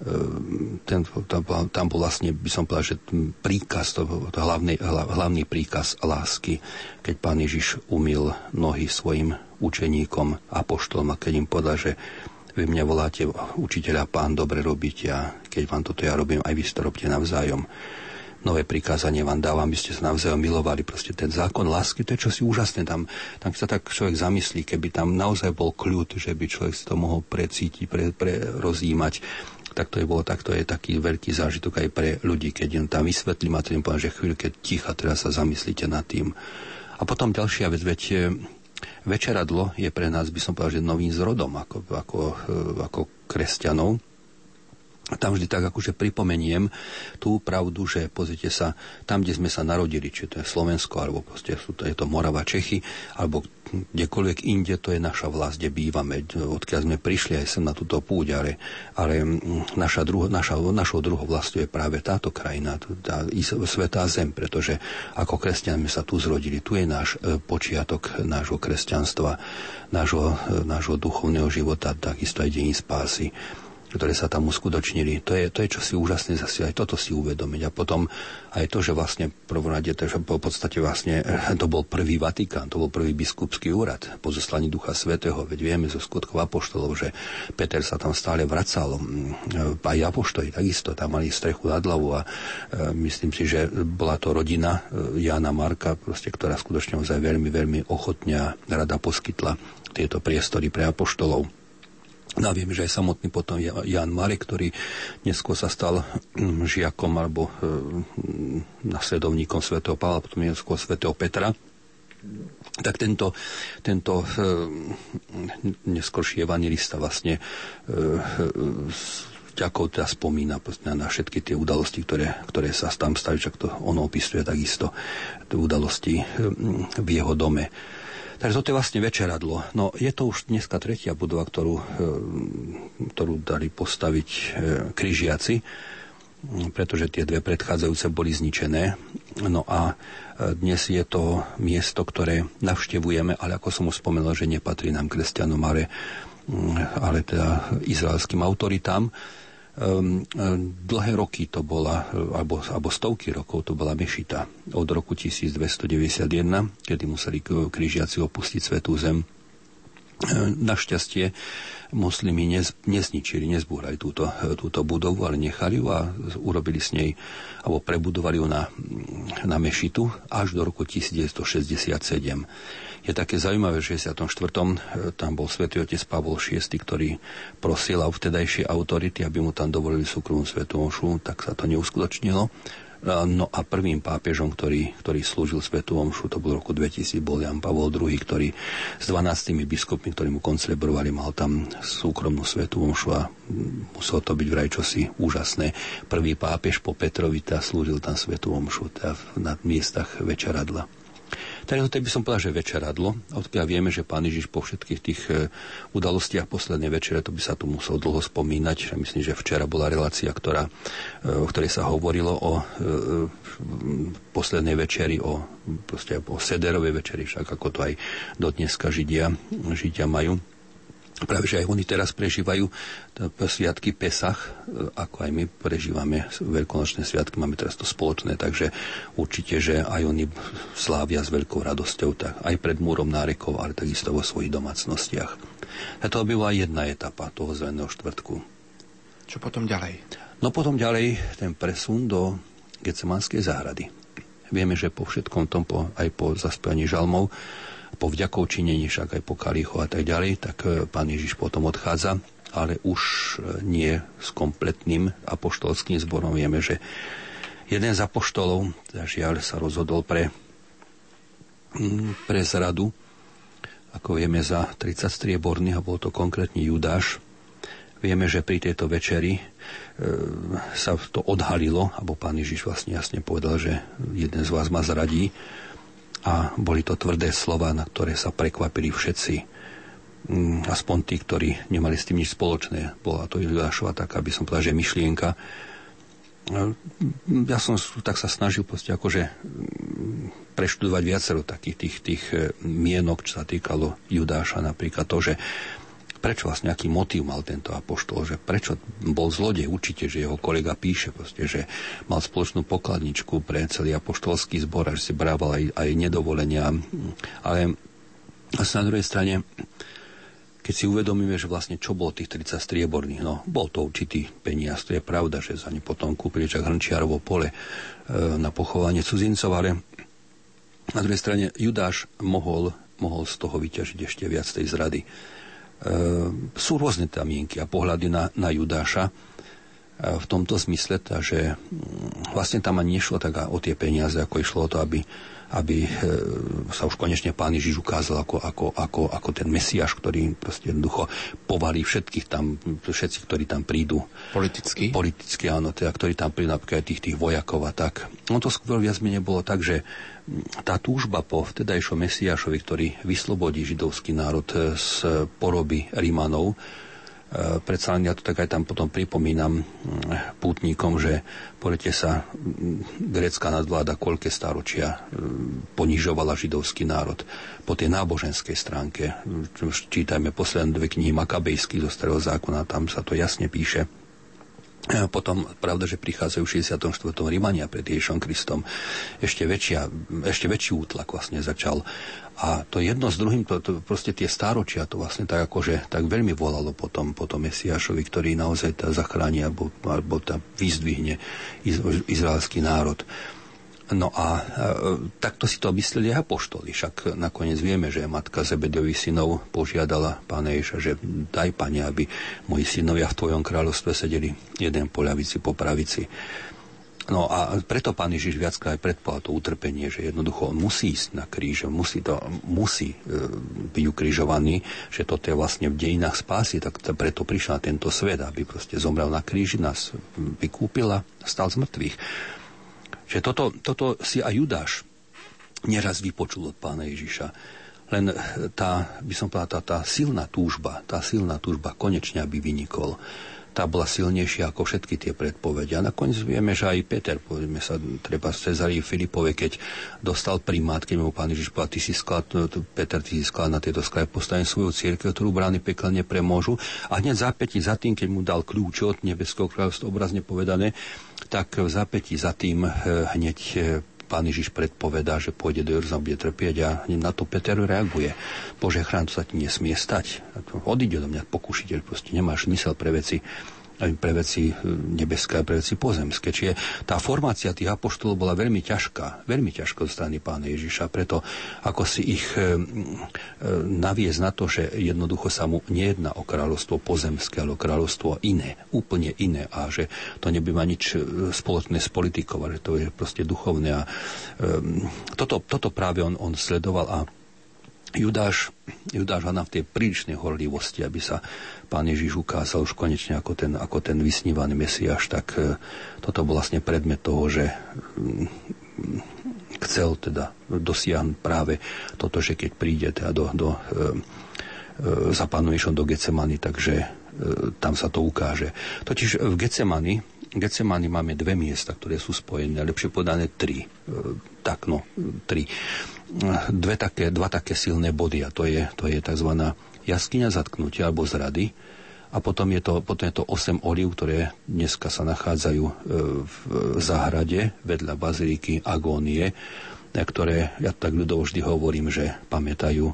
Speaker 3: tam bol vlastne, by som povedal, že príkaz, hlavný príkaz lásky, keď Pán Ježiš umyl nohy svojim učeníkom, apoštolom, a keď im povedal, že vy mňa voláte učiteľa, Pán, dobre robíte, a keď vám toto ja robím, aj vy to robte navzájom. Nové prikázanie vám dávam, aby ste sa navzájom milovali. Proste ten zákon lásky, to je čosi úžasné. Tam sa tak človek zamyslí, keby tam naozaj bol kľud, že by človek si to mohol precítiť, rozjímať, tak to je taký veľký zážitok aj pre ľudí, keď im tam vysvetlím a tým poviem, že chvíľke ticha, teraz sa zamyslíte nad tým. A potom ďalšia vec, veď večeradlo je pre nás, by som povedal, že novým zrodom ako kresťanov. Tam vždy tak akože pripomeniem tú pravdu, že pozrite sa, tam, kde sme sa narodili, či to je Slovensko, alebo proste je to Morava, Čechy, alebo kdekoľvek inde, to je naša vlast, kde bývame, odkiaľ sme prišli aj sem na túto púť, ale našou druhou vlastou je práve táto krajina, tá svätá zem, pretože ako kresťan sme sa tu zrodili, tu je náš počiatok nášho kresťanstva, nášho duchovného života, takisto aj deň spásy. ktoré sa tam uskutočnili. To je čosi úžasné zase aj toto si uvedomiť. A potom aj to, že vlastne prvorade, že v podstate vlastne to bol prvý Vatikán, to bol prvý biskupský úrad po zoslaní Ducha Svätého. Veď vieme zo skutkov apoštolov, že Peter sa tam stále vracal. Aj apoštoli takisto tam mali strechu nad hlavu a myslím si, že bola to rodina Jána Marka, proste, ktorá skutočne ozaj veľmi, veľmi ochotne a rada poskytla tieto priestory pre apoštolov. No a vieme, že aj samotný potom Ján Marek, ktorý neskôr sa stal žiakom alebo nasledovníkom svätého Pavla, potom neskôr svätého Petra, tak tento neskorší evanjelista vlastne vďakou teda spomína na všetky tie udalosti, ktoré sa tam stali, čak to ono opisuje takisto udalosti v jeho dome. Takže toto je vlastne večeradlo. No je to už dneska tretia budova, ktorú dali postaviť križiaci, pretože tie dve predchádzajúce boli zničené. No a dnes je to miesto, ktoré navštevujeme, ale ako som už spomenul, že nepatrí nám kresťanom, ale teda izraelským autoritám. Dlhé roky to bola, alebo stovky rokov to bola mešita. Od roku 1291, kedy museli križiaci opustiť Svätú zem. Našťastie moslimi nezničili, nezbúrali túto budovu, ale nechali ju a urobili s nej, alebo prebudovali ju na mešitu až do roku 1967. Je také zaujímavé, že v 64. tam bol svätý otec Pavol VI, ktorý prosil vtedajšie autority, aby mu tam dovolili súkromnú svätú omšu, tak sa to neuskutočnilo. No a prvým pápežom, ktorý slúžil svätú omšu, to bol v roku 2000, bol Jan Pavol II, ktorý s 12 biskupmi, ktorí mu koncelebrovali, mal tam súkromnú svätú omšu a muselo to byť vraj čosi úžasné. Prvý pápež po Petrovi slúžil tam svätú omšu na miestach večeradla. Takže to by som povedal, že večeradlo. Odkiaľ vieme, že Pán Ježiš po všetkých tých udalostiach poslednej večere, to by sa tu muselo dlho spomínať. Myslím, že včera bola relácia, o ktorej sa hovorilo o poslednej večeri, o sederovej večeri, však ako to aj do dneska Židia majú. Práve, že aj oni teraz prežívajú sviatky Pesach, ako aj my prežívame veľkonočné sviatky, máme teraz to spoločné, takže určite, že aj oni slávia s veľkou radosťou, tak aj pred múrom nárekov, ale takisto vo svojich domácnostiach. A to by bola jedna etapa toho Zeleného štvrtku.
Speaker 1: Čo potom ďalej? No potom ďalej ten presun do Getsemanskej záhrady. Vieme, že po všetkom tom, aj po zaspievaní žalmov, po vďakovčinení, však aj po kalichu a tak ďalej, tak Pán Ježiš potom odchádza, ale už nie s kompletným apoštolským zborom. Vieme, že jeden z apoštolov, žiaľ, sa rozhodol pre zradu, ako vieme, za 30 strieborných, a bol to konkrétne Judáš. Vieme, že pri tejto večeri sa to odhalilo, alebo Pán Ježiš vlastne jasne povedal, že jeden z vás ma zradí. A boli to tvrdé slova, na ktoré sa prekvapili všetci. Aspoň tí, ktorí nemali s tým nič spoločné. Bola to Judášova taká, by som povedal, že myšlienka. Ja som tak sa snažil akože preštudovať viacero takých tých mienok, čo sa týkalo Judáša. Napríklad to, že prečo vlastne aký motív mal tento apoštol, že prečo bol zlodej, určite, že jeho kolega píše, že mal spoločnú pokladničku pre celý apoštolský zbor a že si brával aj nedovolenia. Ale na druhej strane, keď si uvedomíme, že vlastne čo bolo tých 30 strieborných, no bol to určitý peniaz, to je pravda, že za ne potom kúpili čak Hrnčiarovo pole na pochovanie cudzincov, ale na druhej strane Judáš mohol z toho vyťažiť ešte viac tej zrady. Sú rôzne tamienky a pohľady na Judáša v tomto zmysle, že vlastne tam ani nešlo tak o tie peniaze, ako išlo o to, aby sa už konečne Pán Ježiš ukázal ako ten Mesiáš, ktorý proste jednoducho povalí všetci, ktorí tam prídu. Politicky, áno, teda, ktorí tam prídu, napríklad tých vojakov a tak. No to skôr viac menej bolo tak, že tá túžba po vtedajšom Mesiášovi, ktorý vyslobodí židovský národ z poroby Rímanov,
Speaker 3: Predsa len ja to tak aj tam potom pripomínam pútnikom, že poďte sa, grécka nadvláda koľké stáročia ponižovala židovský národ po tej náboženskej stránke. Čítajme posledné 2 knihy Makabejských zo Starého zákona, tam sa to jasne píše. Potom, pravda, že prichádzajú v 64. Rímania pred Ježišom Kristom. Ešte väčší útlak vlastne začal. A to jedno s druhým, to proste tie stáročia, to vlastne tak akože tak veľmi volalo potom Mesiášovi, ktorý naozaj zachráni alebo vyzdvihne izraelský národ. No a takto si to mysleli aj apoštoli. Však nakoniec vieme, že matka Zebedejových synov požiadala Pána Ježiša, že daj, Pane, aby moji synovia v tvojom kráľovstve sedeli jeden po ľavici, po pravici. No a preto Pán Ježiš viackrát aj predpovedal to utrpenie, že jednoducho on musí ísť na kríž, musí byť ukrižovaný, že toto je vlastne v dejinách spásy, tak preto prišiel na tento svet, aby proste zomrel na kríži, nás vykúpil a stal z mŕtvych. Že toto si aj Judáš neraz vypočul od Pána Ježiša. Len tá silná túžba konečne, aby vynikol, tá bola silnejšia ako všetky tie predpovede. A nakoniec vieme, že aj Peter, povedzme sa, treba z Cezárii Filipovej, keď dostal primát, keď mu Pán Ježiš povedal, Peter, ty si sklad na tejto skale postavím svoju cirkev, ktorú brány pekla nepremôžu. A hneď zápätí za tým, keď mu dal kľúče od nebeského kráľovstva, obrazne povedané, tak v zápätí za tým hneď Pán Ježiš predpovedá, že pôjde do Jeruzalema, bude trpieť a hneď na to Peter reaguje. Bože, chrán, to sa ti nesmie stať. Odíď odo mňa, pokušiteľ, proste nemáš zmysel pre veci nebeské a pre veci pozemské. Čiže tá formácia tých apoštolov bola veľmi ťažká zo strany Pána Ježiša. Preto ako si ich naviesť na to, že jednoducho sa mu nejedná o kráľovstvo pozemské, ale o kráľovstvo iné, úplne iné a že to nebude mať nič spoločné s politikou, že to je proste duchovné. A toto práve on sledoval a Judáš hľadá v tej prílišnej horlivosti, aby sa Pán Ježiš ukázal už konečne ako ten vysnívaný Mesiáš, tak toto bol vlastne predmet toho, že chcel teda dosiahnuť práve toto, že keď príde teda za Pánom Ježišom do Getsemany, takže tam sa to ukáže. Totiž v Getsemani máme 2 miesta, ktoré sú spojené, lepšie povedané 3. Tri. Dva také silné body a to je tzv. Jaskyňa zatknutia alebo zrady a potom je to 8 olív, ktoré dneska sa nachádzajú v záhrade vedľa baziliky Agónie, ktoré ja tak ľudovo vždy hovorím, že pamätajú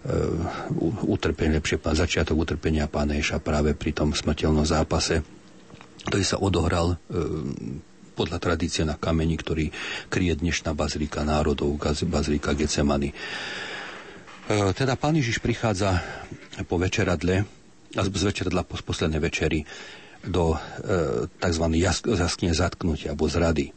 Speaker 3: začiatok utrpenia Pána Ježiša práve pri tom smrteľnom zápase, ktorý sa odohral podľa tradície na kameni, ktorý kryje dnešná bazilika národov, bazilika Getsemany. Teda Pán Ježiš prichádza po večeradle, a z večeradla po poslednej večeri do tzv. Jaskyne zatknutia, alebo zrady.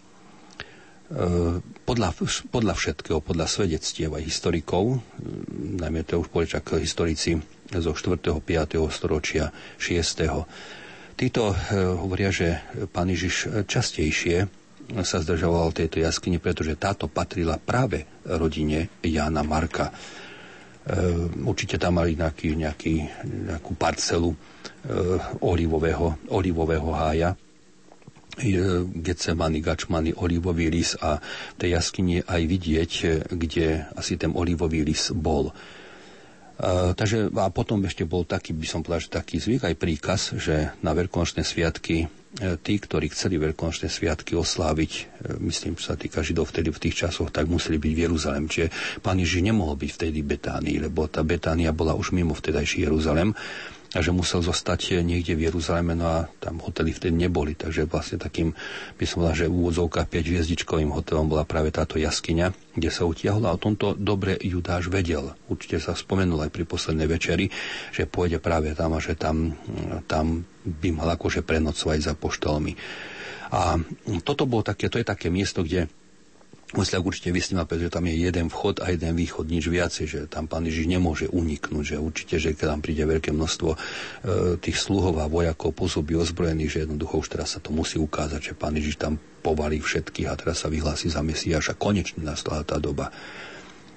Speaker 3: Podľa všetkého, podľa svedectiev aj historikov, najmä to už Poličak historici zo 4. 5. storočia 6. Títo hovoria, že Pán Ježiš častejšie sa zdržoval v tejto jaskyni, pretože táto patrila práve rodine Jána Marka. Určite tam mali nejakú parcelu olivového hája, Getsemany, Gačmany, olivový lis a v tej jaskyni aj vidieť, kde asi ten olivový lis bol. Takže a potom ešte bol taký, by som povedal, že taký zvyk, aj príkaz, že na veľkonočné sviatky tí, ktorí chceli veľkonočné sviatky osláviť, myslím, čo sa týka Židov vtedy v tých časoch, tak museli byť v Jeruzalem. Čiže Pán Ježiš nemohol byť vtedy v Betánii, lebo tá Betánia bola už mimo vtedajší Jeruzalem a že musel zostať niekde v Jeruzaleme, no a tam hotely vtedy neboli, takže vlastne takým, by som povedal, že v úvodzovkách 5-hviezdičkovým hotelom bola práve táto jaskyňa, kde sa utiahol a o tomto dobre Judáš vedel. Určite sa spomenul aj pri poslednej večeri, že pôjde práve tam a že tam by mal akože prenocovať za apoštolmi. A to je také miesto, kde musí určite vysnímať, pretože tam je jeden vchod a jeden východ, nič viacej, že tam Pán Ježiš nemôže uniknúť, že určite, že keď tam príde veľké množstvo tých sluhov a vojakov pozubí ozbrojených, že jednoducho už teraz sa to musí ukázať, že Pán Ježiš tam povalí všetkých a teraz sa vyhlási za Mesiáša. Konečne nastala tá doba.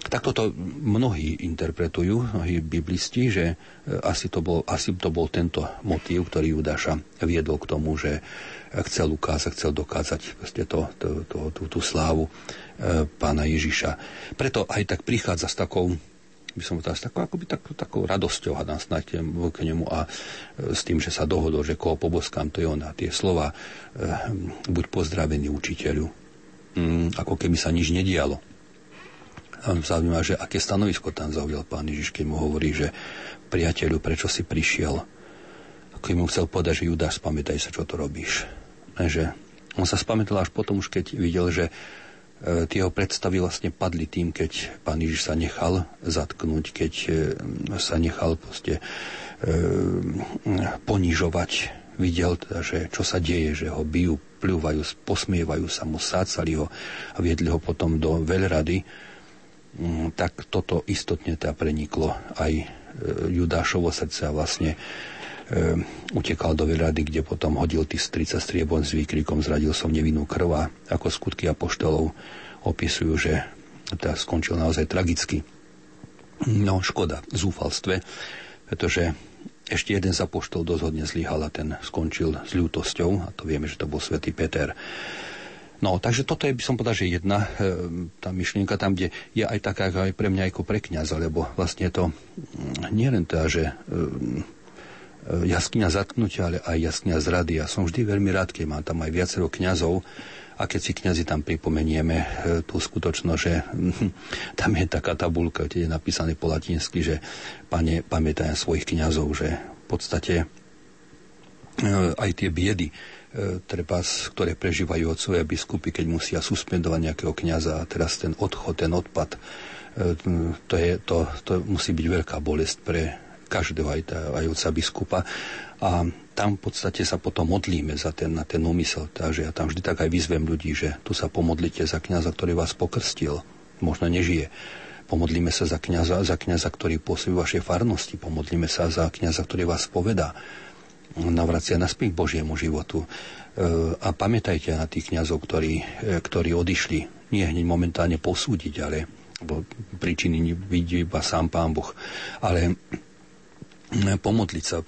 Speaker 3: Takto to mnohí interpretujú, mnohí biblisti, že asi to bol tento motív, ktorý Judáša viedol k tomu, že chcel dokázať tú slávu pána Ježiša. Preto aj tak prichádza s takou, by som povedal, takou radosťou hádam snáď k nemu a s tým, že sa dohodol, že koho poboskám, to je on. A tie slova buď pozdravený učiteľu, ako keby sa nič nedialo. A zaujímavé, že aké stanovisko tam zaujal pán Ježiš, keď mu hovorí, že priateľu, prečo si prišiel? Ako mu chcel povedať, že Judáš, spamätaj sa, čo to robíš. Že on sa spamätal až potom, už keď videl, že tie jeho predstavy vlastne padli tým, keď pán Ježiš sa nechal zatknúť, keď sa nechal ponižovať. Videl teda, že čo sa deje, že ho bijú, pľúvajú, posmievajú sa mu, sácali ho a viedli ho potom do veľrady. Tak toto istotne teda preniklo aj Judášovo srdce a vlastne utekal do veľrady, kde potom hodil tých 30 striebon s výkrikom zradil som nevinnú krv a ako skutky apoštolov opisujú, že teda skončil naozaj tragicky. No škoda, zúfalstve, pretože ešte jeden z apoštolov dosť hodne zlyhal a ten skončil s ľútosťou a to vieme, že to bol svätý Peter. No, takže toto je, by som povedal, že jedna tá myšlienka tam, kde je aj taká aj pre mňa ako pre kňaza, lebo vlastne to nie len teda, že jaskyňa zatknutia, ale aj jaskyňa zrady. Ja som vždy veľmi rád, keď mám tam aj viacero kňazov a keď si kňazi tam pripomenieme tú skutočnosť, že tam je taká tabuľka, kde je napísané po latinsky, že Pane, pamätaj svojich kňazov, že v podstate aj tie biedy, ktoré prežívajú otcovia biskupy, keď musia suspendovať nejakého kňaza a teraz ten odchod, ten odpad, to musí byť veľká bolesť pre každého aj otca biskupa a tam v podstate sa potom modlíme na ten úmysel. Takže ja tam vždy tak aj vyzvem ľudí, že tu sa pomodlite za kňaza, ktorý vás pokrstil, možno nežije. Pomodlíme sa za kňaza, ktorý pôsobí vašej farnosti, pomodlíme sa za kňaza, ktorý vás povedá, navracia naspäť k Božiemu životu. A pamätajte na tých kňazov, ktorí odišli. Nie hneď momentálne posúdiť, ale príčiny vidí iba sám Pán Boh. Ale pomodliť sa.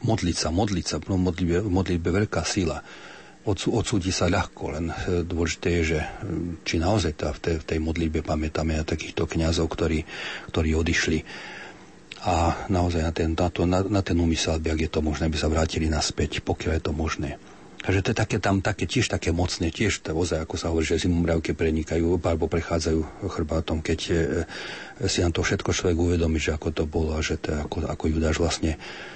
Speaker 3: Modlitbe veľká sila. Odsúdi sa ľahko, len dôležité je, že či naozaj v tej modlitbe pamätáme na takýchto kňazov, ktorí odišli. A naozaj na ten úmysel, ak je to možné, aby sa vrátili naspäť, pokiaľ je to možné. Takže to je tiež také mocné, tiež ozaj, ako sa hovorí, že zimomriavky prenikajú alebo prechádzajú chrbátom, keď si nám to všetko človek uvedomí, že ako to bolo a že to ako Judáš vlastne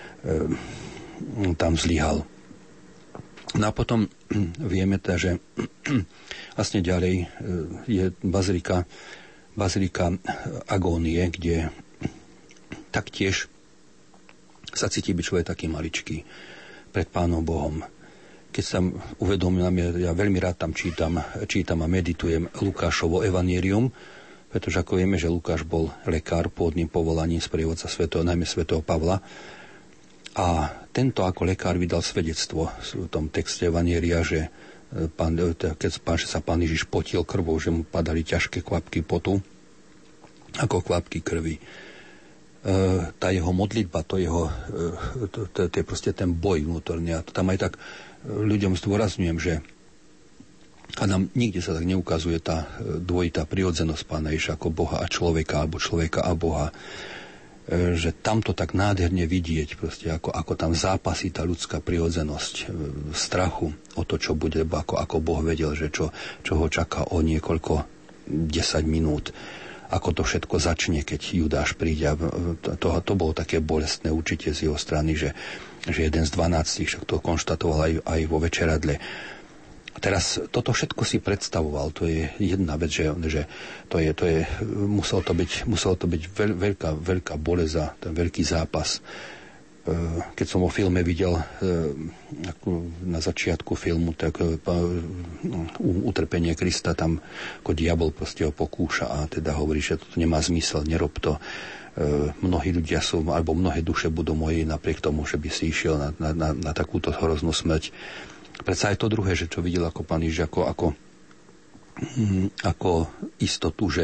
Speaker 3: tam zlyhal. No a potom vieme teda, že vlastne ďalej je bazilika Agónie, kde taktiež sa cíti byť človek taký maličký pred Pánom Bohom. Keď sa uvedomím, ja veľmi rád tam čítam a meditujem Lukášovo evanjelium, pretože ako vieme, že Lukáš bol lekár pôvodným povolaním sprievodca najmä svätého Pavla. A tento ako lekár vydal svedectvo v tom texte evanjelia, že keď sa Pán Ježiš potil krvou, že mu padali ťažké kvapky potu, ako kvapky krvi. Tá jeho modlitba, to je proste ten boj vnútorný. A to tam aj tak ľuďom zdôrazňujem, že a nám nikde sa tak neukazuje tá dvojitá prirodzenosť Pána Ježiša ako Boha a človeka, alebo človeka a Boha. Že tam to tak nádherne vidieť, proste ako tam zápasí tá ľudská prirodzenosť strachu o to, čo bude, ako Boh vedel, že čo ho čaká o niekoľko 10 minút. Ako to všetko začne, keď Judáš príde. To bolo také bolestné určite z jeho strany, že jeden z 12, však to konštatoval aj vo večeradle. Teraz toto všetko si predstavoval, to je jedna vec, že muselo to byť veľká bolesť a ten veľký zápas. Keď som vo filme videl na začiatku filmu, tak utrpenie Krista, tam ako diabol proste ho pokúša a teda hovorí, že toto nemá zmysel, nerob to. Mnohí ľudia alebo mnohé duše budú moji napriek tomu, že by si išiel na takúto hroznú smrť. Predsa aj to druhé, že čo videl ako Pán Ježiš, ako istotu, že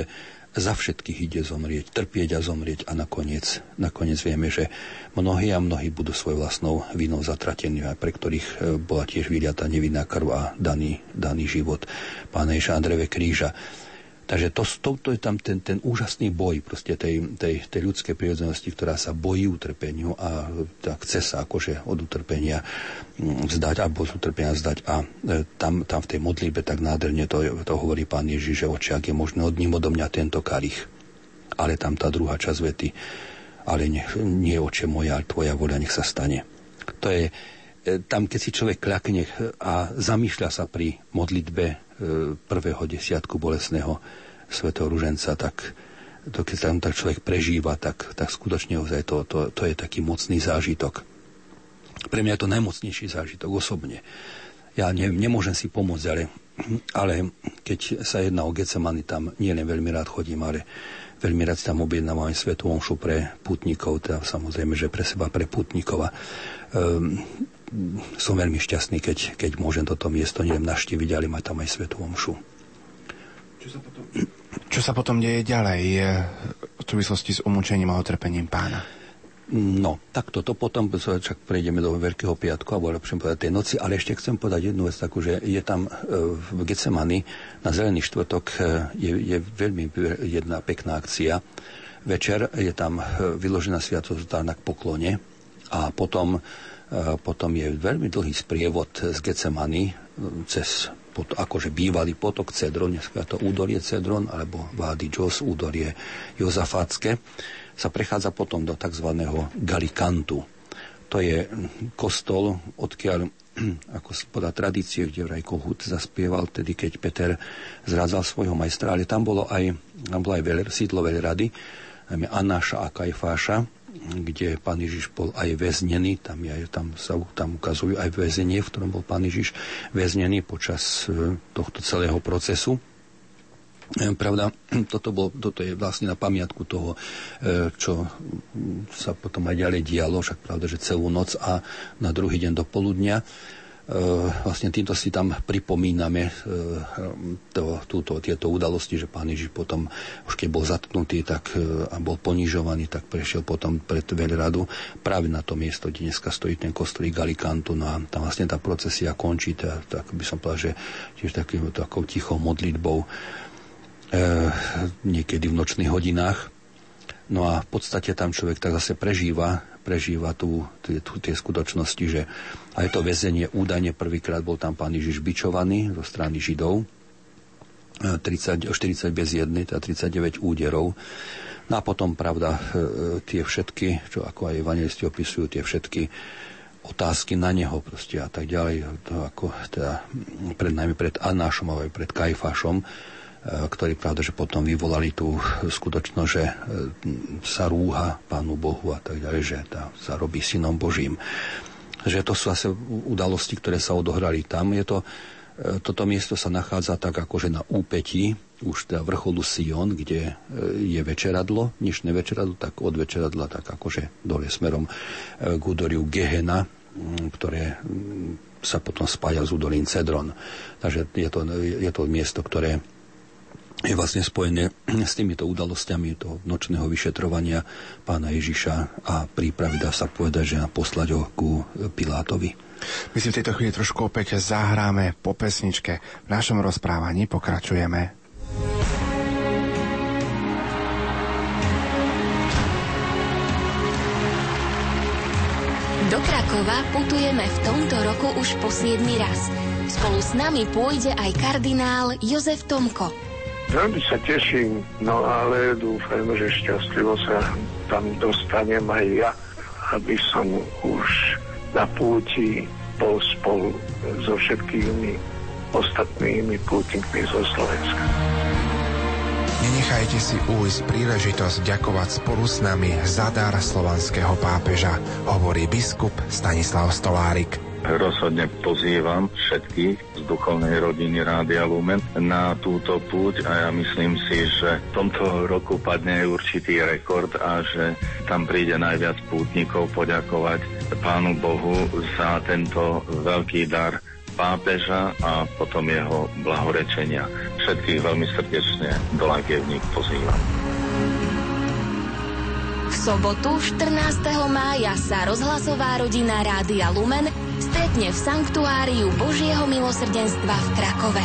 Speaker 3: za všetkých ide zomrieť, trpieť a zomrieť a nakoniec vieme, že mnohí budú svojou vlastnou vinou zatratení, pre ktorých bola tiež vyliatá nevinná krv a daný život Pána Ježiša Andrejeve kríža. Takže to je tam ten úžasný boj proste tej ľudskej prirodzenosti, ktorá sa bojí utrpeniu a chce sa akože od utrpenia vzdať alebo z utrpenia vzdať. A tam v tej modlitbe tak nádherne to hovorí Pán Ježiš, že oče, ak je možné, odním odo mňa tento kalich. Ale tam tá druhá časť vety, ale nie oče moja, ale tvoja voľa nech sa stane. To je tam, keď si človek kľakne a zamýšľa sa pri modlitbe prvého desiatku bolestného svätého ruženca, tak to, keď tam tak človek prežíva, tak skutočne to je taký mocný zážitok. Pre mňa je to najmocnejší zážitok osobne. Ja nemôžem si pomôcť, ale keď sa jedná o Getsemany, tam nielen veľmi rád chodím, ale veľmi rád tam objednávam aj svätú omšu pre pútnikov, teda samozrejme, že pre seba, pre pútnikov. Som veľmi šťastný, keď môžem toto miesto nielen navštíviť, ale mať tam aj svätú omšu.
Speaker 1: Čo sa potom deje ďalej v súvislosti s umúčením a utrpením Pána?
Speaker 3: No, tak toto potom však prejdeme do Veľkého piatku, alebo lepšie povedať tej noci, ale ešte chcem povedať jednu vec takú, že je tam v Getsemani na Zelený štvrtok je veľmi jedna pekná akcia. Večer je tam vyložená sviatosť k poklone a potom je veľmi dlhý sprievod z Getsemani cez akože bývalý potok Cedron, dneska to údolie Cedron, alebo Vády Jos, údolie Jozafátske, sa prechádza potom do tzv. Galikantu. To je kostol, odkiaľ, ako podľa tradície, kde vraj Kohut zaspieval, tedy keď Peter zrádzal svojho majstra, ale tam bolo aj sídlo veľrady, najmä Anáša a Kajfáša, kde Pán Ježiš bol aj väznený, tam ukazujú aj väzenie, v ktorom bol Pán Ježiš väznený počas tohto celého procesu. Pravda, toto je vlastne na pamiatku toho, čo sa potom aj ďalej dialo, však pravda, že celú noc a na druhý deň do poludnia. Vlastne týmto si tam pripomíname tieto udalosti, že Pán Ježiš potom, už keď bol zatknutý a bol ponižovaný, tak prešiel potom pred veľradu práve na to miesto, kde dneska stojí ten kostolík Galikantu. No a tam vlastne tá procesia končí, tak by som povedal, že tiež takou tichou modlitbou niekedy v nočných hodinách. No a v podstate tam človek tak zase prežíva tie skutočnosti, že aj to väzenie údajne prvýkrát bol tam Pán Ježiš bičovaný zo strany Židov, 40 bez jednej, teda 39 úderov. No a potom, pravda, tie všetky, čo ako aj evangelisti opisujú, tie všetky otázky na neho proste a tak ďalej, to ako teda najmä pred Anášom a aj pred Kajfášom, ktorí, pravda, že potom vyvolali tú skutočnosť, že sa rúha Pánu Bohu a tak ďalej, že sa robí synom Božím. Že to sú asi udalosti, ktoré sa odohrali tam. Toto miesto sa nachádza tak akože na úpetí už teda vrcholu Sion, kde je večeradlo, dnešné večeradlo, tak od večeradla tak akože dole smerom k údoliu Gehena, ktoré sa potom spája s údolím Cedron. Takže je to miesto, ktoré je vlastne spojené s týmito udalosťami toho nočného vyšetrovania Pána Ježiša a prípravy, dá sa povedať, že poslať ho ku Pilátovi.
Speaker 1: My si v tejto chvíli trošku opäť zahráme po pesničke. V našom rozprávaní pokračujeme.
Speaker 6: Do Krakova putujeme v tomto roku už po 7. raz. Spolu s nami pôjde aj kardinál Jozef Tomko.
Speaker 13: Veľmi sa teším, no ale dúfam, že šťastlivo sa tam dostanem aj ja, aby som už na púti bol spolu so všetkými ostatnými pútnikmi zo Slovenska.
Speaker 1: Nenechajte si ujsť príležitosť ďakovať spolu s nami za dar slovanského pápeža, hovorí biskup Stanislav Stolárik.
Speaker 14: Rozhodne pozývam všetkých z duchovnej rodiny Rádia Lumen na túto púť a ja myslím si, že v tomto roku padne určitý rekord a že tam príde najviac pútnikov poďakovať Pánu Bohu za tento veľký dar pápeža a potom jeho blahorečenia. Všetkých veľmi srdečne do Lagievník pozývam.
Speaker 6: V sobotu 14. mája sa rozhlasová rodina Rádia Lumen stretne v Sanktuáriu Božieho milosrdenstva v Krakove.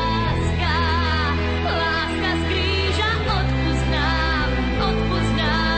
Speaker 15: Láska z kríža odpusť nám,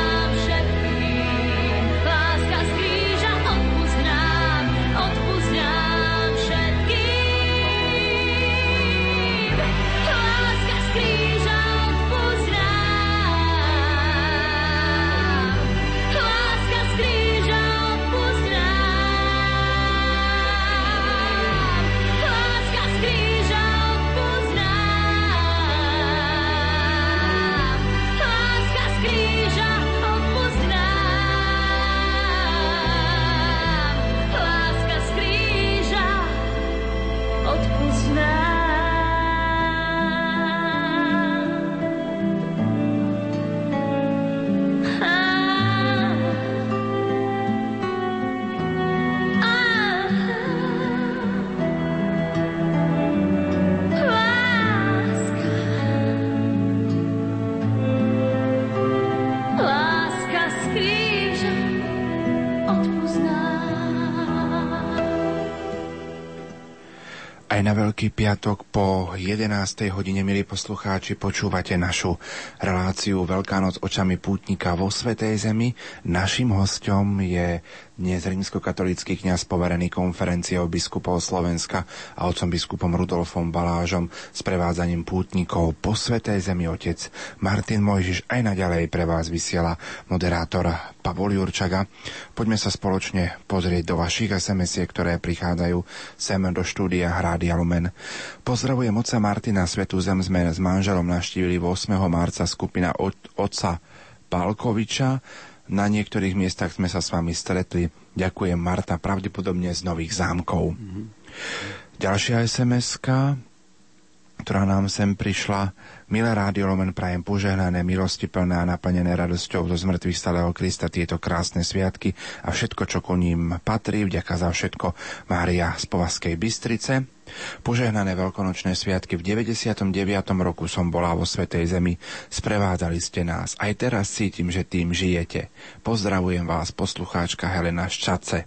Speaker 1: Aj na Veľký piatok po 11. hodine, milí poslucháči, počúvate našu reláciu Veľká noc očami pútnika vo Svätej Zemi. Naším hosťom je dnes rímskokatolícky kňaz poverený Konferenciou biskupov Slovenska a otcom biskupom Rudolfom Balážom s prevádzaním pútnikov po Svätej Zemi otec Martin Mojžiš. Aj naďalej pre vás vysiela moderátor Pavol Jurčaga. Poďme sa spoločne pozrieť do vašich SMS-iek, ktoré prichádzajú sem do štúdia Rádia Lumen. Pozdravujem otca Martina. Svätú Zem sme s manželom navštívili 8. marca skupina otca Pálkoviča. Na niektorých miestach sme sa s vami stretli. Ďakujem, Marta, pravdepodobne z Nových Zámkov. Ďalšia SMS-ka, ktorá nám sem prišla. Milé Rádio Lumen, prajem požehnané, milostiplné a naplnené radosťou zo zmrtvých stalého Krista tieto krásne sviatky a všetko, čo ku ním patrí. Vďaka za všetko, Mária z Povazkej Bystrice. Požehnané veľkonočné sviatky. V 99. roku som bola vo Svätej Zemi. Sprevádzali ste nás. Aj teraz cítim, že tým žijete. Pozdravujem vás, poslucháčka Helena z Čace.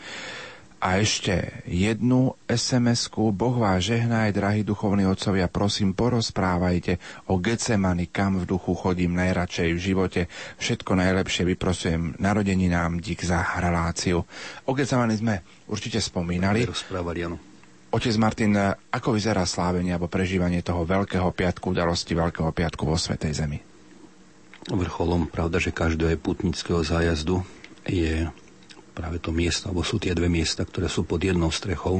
Speaker 1: A ešte jednu SMS-ku. Boh vás žehnaj, drahí duchovní otcovia, prosím, porozprávajte o Getsemani, kam v duchu chodím najradšej v živote. Všetko najlepšie vyprosujem narodeninám, dík za reláciu. O Getsemani sme určite spomínali.
Speaker 3: Rozprávali, áno.
Speaker 1: Otec Martin, ako vyzerá slávenie alebo prežívanie toho Veľkého piatku, udalosti Veľkého piatku vo Svätej Zemi?
Speaker 3: Vrcholom, pravda, že každého pútnického zájazdu je práve to miesto, alebo sú tie dve miesta, ktoré sú pod jednou strechou,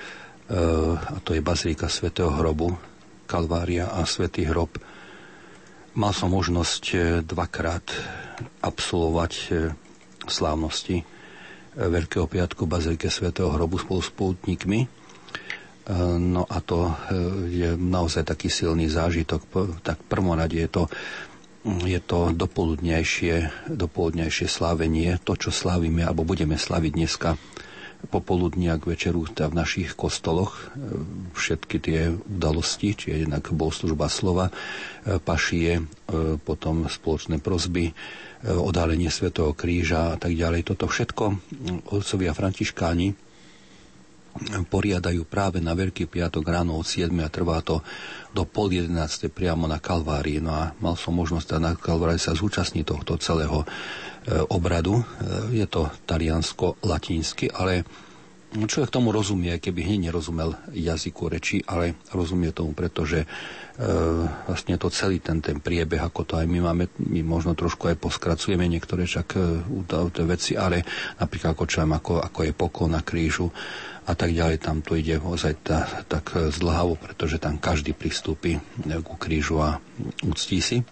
Speaker 3: a to je Bazilika Svätého hrobu, Kalvária a Svätý hrob. Mal som možnosť dvakrát absolvovať slávnosti Veľkého piatku v Bazilike Svätého hrobu spolu s pútnikmi. No a to je naozaj taký silný zážitok. Tak prvorade je to dopoludnejšie slávenie, to, čo slávime, alebo budeme slaviť dneska popoludní a k večeru v našich kostoloch. Všetky tie udalosti, či je jednak bohoslužba slova, pašie, potom spoločné prosby, odhalenie Svätého kríža a tak ďalej. Toto všetko otcovia františkáni poriadajú práve na Veľký piatok ráno od 7 a trvá to do 10:30 priamo na Kalvárii. No a mal som možnosť na Kalvárii sa zúčastniť tohto celého obradu. Je to taliansko-latínsky, ale človek tomu rozumie, keby hneď nerozumel jazyku reči, ale rozumie tomu, pretože vlastne to celý ten priebeh, ako to aj my máme, my možno trošku aj poskracujeme niektoré však veci, ale napríklad ako je poklon na krížu a tak ďalej, tam to ide ozaj tak zdĺhavo, pretože tam každý pristúpi ku krížu a uctí si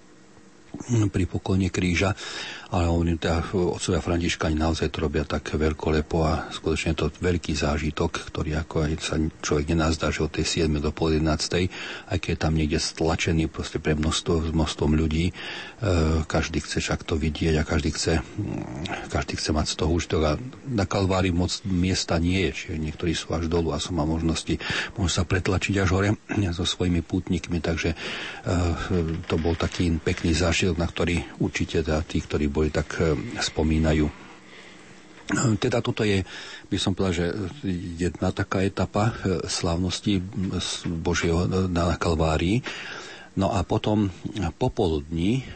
Speaker 3: pri poklone kríža, ale oni otcovia františkáni naozaj to robia tak veľkolepo a skutočne to veľký zážitok, ktorý ako aj sa človek nenazdá, že od tej 7 do 10:30, aj keď je tam niekde stlačený proste pre množstvom ľudí, každý chce však to vidieť a každý chce mať z toho úžitok a na Kalvárii moc miesta nie je, čiže niektorí sú až dolu a som mal možnosti môžu sa pretlačiť až hore so svojimi pútnikmi, takže to bol taký pekný zážitok, na ktorý určite tí, ktorí boli, tak spomínajú. Teda toto je, by som povedal, že jedna taká etapa slávnosti Božieho na Kalvárii. No a potom popoludní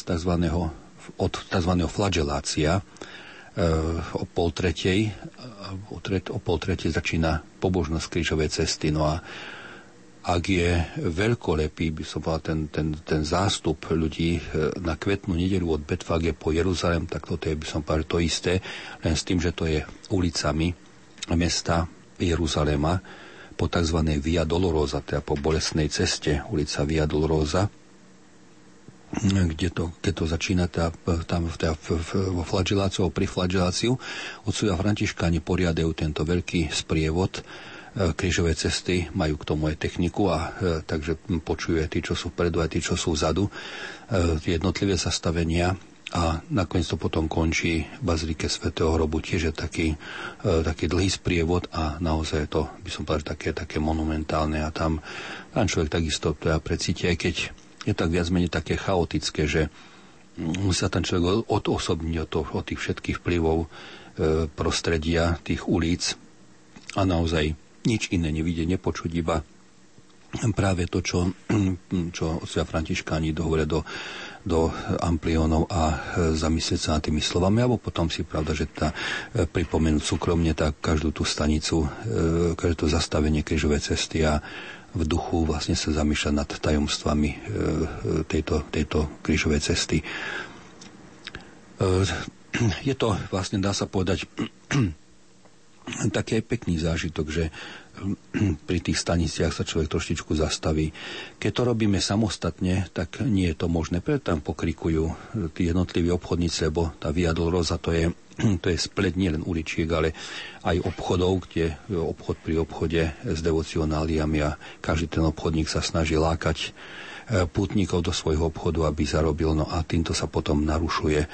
Speaker 3: od tzv. Flagelácia o pol tretej začína pobožnosť krížovej cesty. No a ak je veľkolepý, by som povedal, ten zástup ľudí na kvetnú nedeľu od Betfage po Jeruzalém, tak toto je, by som povedal, to isté, len s tým, že to je ulicami mesta Jeruzaléma po tzv. Via Dolorosa, teda po bolestnej ceste, ulica Via Dolorosa, keď to začína tam vo flageláciu, pri flageláciu, otcovia františkáni poriadajú tento veľký sprievod krížové cesty, majú k tomu aj techniku a takže počujú aj tí, čo sú vpredu, aj tí, čo sú vzadu, jednotlivé zastavenia a nakoniec to potom končí v Bazilike Svätého hrobu, tiež je taký dlhý sprievod a naozaj to, by som povedal, také monumentálne a tam človek takisto to ja precíti, aj keď je tak viac menej také chaotické, že musí sa ten človek odosobniť od tých všetkých vplyvov prostredia, tých ulic a naozaj nič iné nevidieť, nepočuť, iba práve to, čo otcovia františkáni dohovoria do ampliónov a zamyslieť sa nad tými slovami, alebo potom si pravda, že pripomenúť súkromne každú tú stanicu, každé to zastavenie krížovej cesty a v duchu vlastne sa zamýšľať nad tajomstvami tejto krížovej cesty. Je to vlastne, dá sa povedať, taký aj pekný zážitok, že pri tých staniciach sa človek trošičku zastaví. Keď to robíme samostatne, tak nie je to možné. Preto tam pokrikujú tí jednotliví obchodníci, lebo tá Via Dolorosa to je splet nielen uličiek, ale aj obchodov, kde obchod pri obchode s devocionáliami a každý ten obchodník sa snaží lákať pútnikov do svojho obchodu, aby zarobil. No a týmto sa potom narušuje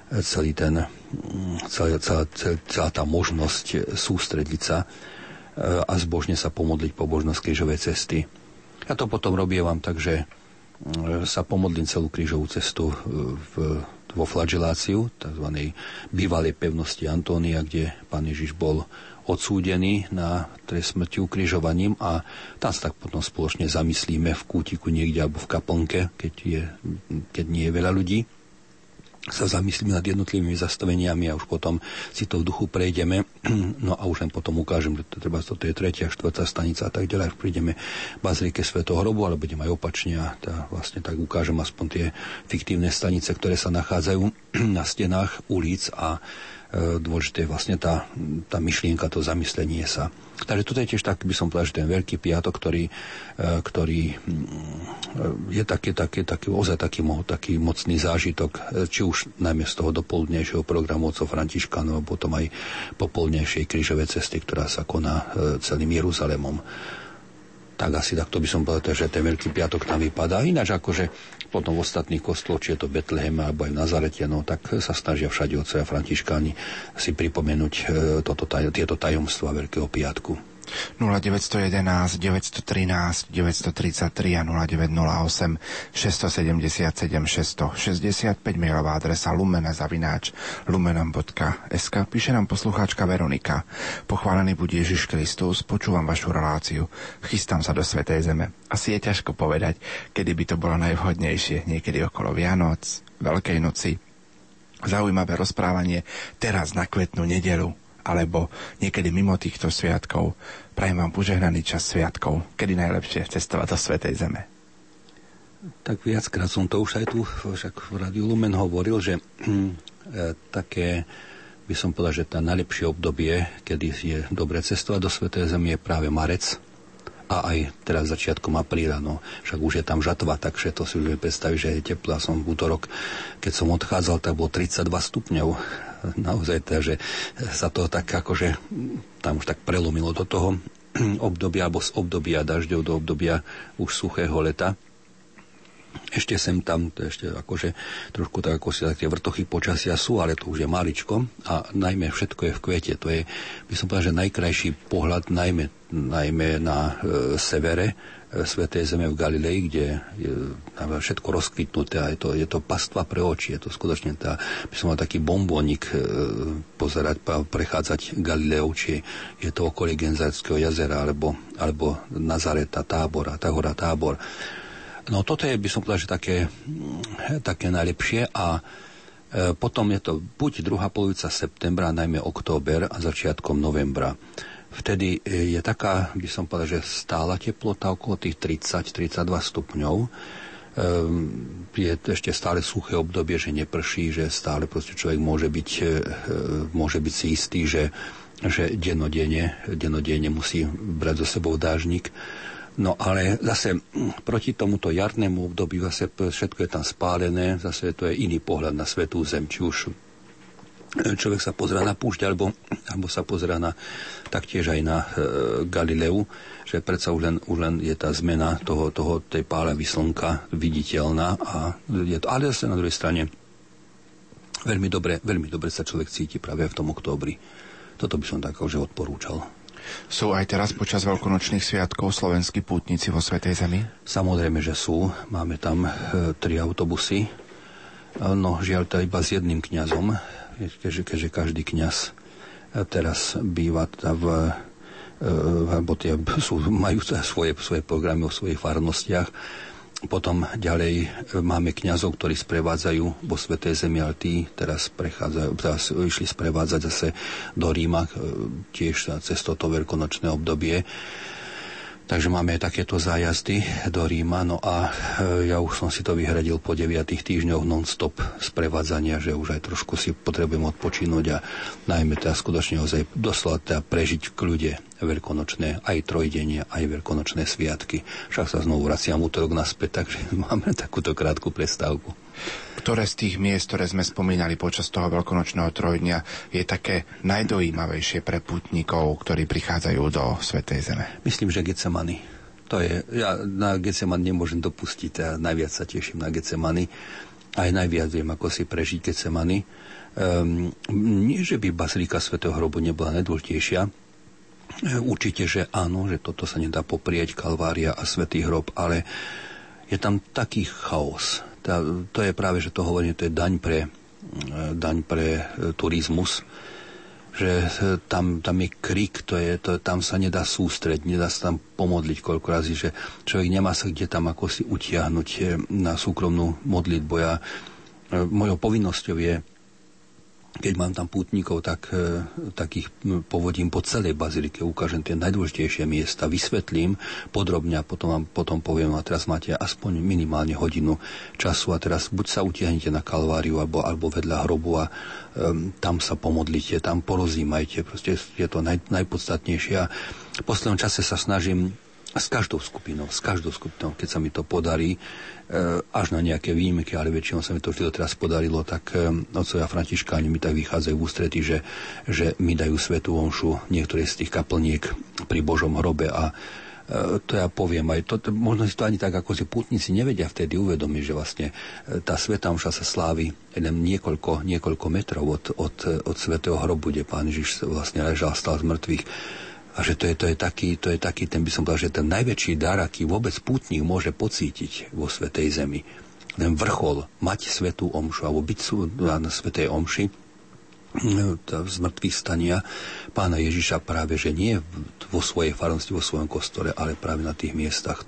Speaker 3: celá tá možnosť sústrediť sa a zbožne sa pomodliť pobožnosť krížovej cesty. Ja to potom robievam tak, že sa pomodlím celú krížovú cestu vo flageláciu, tzv. Bývalej pevnosti Antónia, kde Pán Ježiš bol odsúdený na trest smrti ukrižovaním a tam sa tak potom spoločne zamyslíme v kútiku niekde alebo v kaplnke, keď nie je veľa ľudí. Sa zamyslíme nad jednotlivými zastaveniami a už potom si to v duchu prejdeme. No a už len potom ukážem, že toto je 3. a 4. stanica a tak ďalej. Už prídeme bazilike Svätého hrobu, ale budem aj opačne a vlastne tak ukážem aspoň tie fiktívne stanice, ktoré sa nachádzajú na stenách ulic a dôležité je vlastne tá myšlienka, to zamyslenie sa. Takže toto je tiež tak, by som povedal, že ten Veľký piatok, ktorý je ozaj taký mocný zážitok, či už najmä z toho dopoludnejšieho programu otcov františkánov, alebo potom aj popoludnejšej krížovej cesty, ktorá sa koná celým Jeruzalémom. Tak asi takto by som povedal, že ten Veľký piatok tam vypadá. Ináč akože potom v ostatných kostoloch, či je to Betlehem alebo aj v Nazarete, no tak sa snažia všade otcovia františkáni si pripomenúť tieto tajomstvá Veľkého piatku.
Speaker 1: 0911 913 933 a 0908 677 665 mailová adresa lumena@lumenom.sk. Píše nám poslucháčka Veronika. Pochválený buď Ježiš Kristus, počúvam vašu reláciu, chystám sa do Svätej Zeme. Asi je ťažko povedať, kedy by to bolo najvhodnejšie, niekedy okolo Vianoc, Veľkej noci. Zaujímavé rozprávanie teraz na Kvetnú nedeľu, alebo niekedy mimo týchto sviatkov. Prajem vám požehnaný čas sviatkov. Kedy najlepšie cestovať do Svätej Zeme?
Speaker 3: Tak viackrát som to už aj tu však v Rádiu Lumen hovoril, že také by som povedal, že tá najlepšie obdobie, kedy je dobre cestovať do Svätej Zeme, je práve marec a aj teraz začiatkom apríla. No, však už je tam žatva, takže to si už predstaviť, že je teplá. Som v útorok, keď som odchádzal, tak bolo 32 stupňov. Naozaj, že sa to tak akože tam už tak prelomilo do toho obdobia, alebo z obdobia dažďov do obdobia už suchého leta. Ešte sem tam, to ešte akože trošku tak ako si tak tie vrtochy počasia sú, ale to už je maličko a najmä všetko je v kvete. To je, by som povedal, že najkrajší pohľad najmä na severe Svätej Zeme v Galilei, kde je všetko rozkvitnuté a je to pastva pre oči. Je to skutočne by som mal taký bombónik prechádzať Galileou, či je to okolie Genzarského jazera alebo Nazareta, Tábora, Tábor. No toto je, by som povedal, že také najlepšie a potom je to buď druhá polovica septembra, najmä október a začiatkom novembra. Vtedy je taká, by som povedal, že stála teplota okolo tých 30-32 stupňov. Je ešte stále suché obdobie, že neprší, že stále proste človek môže byť si istý, že dennodenne musí brať so sebou dážnik. No ale zase proti tomuto jarnému obdobiu zase všetko je tam spálené, zase to je iný pohľad na Svätú Zem, či už človek sa pozerá na púšť, alebo sa pozerá taktiež aj na Galileu, že predsa už len je tá zmena tej pálavy slnka viditeľná a je to, ale zase na druhej strane veľmi dobre sa človek cíti práve v tom októbri. Toto by som tak že odporúčal.
Speaker 1: Sú aj teraz počas veľkonočných sviatkov slovenskí pútnici vo Svätej Zemi?
Speaker 3: Samozrejme, že sú. Máme tam 3 autobusy. No žiaľ to iba s jedným kňazom, keďže každý kňaz teraz býva v alebo majú svoje programy o svojich farnostiach. Potom ďalej máme kňazov, ktorí sprevádzajú vo Svätej Zemi, ale tí teraz išli sprevádzať zase do Ríma, tiež cez toto veľkonočné obdobie. Takže máme takéto zájazdy do Ríma, no a ja už som si to vyhradil po 9 týždňoch non-stop sprevádzania, že už aj trošku si potrebujem odpočinúť a najmä teda skutočne ozaj doslova teda prežiť v kľude veľkonočné, aj trojdenie, aj veľkonočné sviatky. Však sa znovu vraciam útorok naspäť, takže máme takúto krátku prestávku.
Speaker 1: Ktoré z tých miest, ktoré sme spomínali počas toho veľkonočného trojdňa, je také najdojímavejšie pre pútnikov, ktorí prichádzajú do Svätej Zeme?
Speaker 3: Myslím, že Getsemani. Ja na Getsemani nemôžem dopustiť a najviac sa teším na Getsemani. Aj najviac viem, ako si prežiť Getsemani. Nie, že by bazilika Svätého hrobu nebola najdôležitejšia. Určite, že áno, že toto sa nedá poprieť, Kalvária a Svätý hrob, ale je tam taký chaos. To je práve, že to hovorím, to je daň pre turizmus, že tam je krik, tam sa nedá sústrediť, nedá sa tam pomodliť koľko razy, že človek nemá sa kde tam ako si utiahnuť na súkromnú modlitbu. Mojou povinnosťou je, keď mám tam pútnikov, tak ich povodím po celej bazilike, ukážem tie najdôležitejšie miesta, vysvetlím podrobne a potom poviem, a teraz máte aspoň minimálne hodinu času a teraz buď sa utiahnete na Kalváriu alebo vedľa hrobu a tam sa pomodlite, tam porozímajte, proste je to najpodstatnejšie. A v poslednom čase sa snažím s každou skupinou, keď sa mi to podarí, až na nejaké výjimky, ale väčšinou sa mi to vždy doteraz podarilo, tak otcovia františkáni mi tak vychádzajú v ústretí, že mi dajú svätú omšu niektoré z tých kaplniek pri Božom hrobe a to ja poviem aj to, možno si to ani tak, ako si pútnici nevedia vtedy uvedomiť, že vlastne tá svätá omša sa slávi len niekoľko metrov od svätého hrobu, kde Pán Ježiš vlastne ležal, stal z mŕtvych. A že to je taký, ten by som povedal, že ten najväčší dar, aký vôbec pútnik môže pocítiť vo Svätej Zemi. Ten vrchol, mať svätú omšu, alebo byť na Svätej omši, z mŕtvych stania Pána Ježiša práve, že nie vo svojej farnosti, vo svojom kostole, ale práve na tých miestach.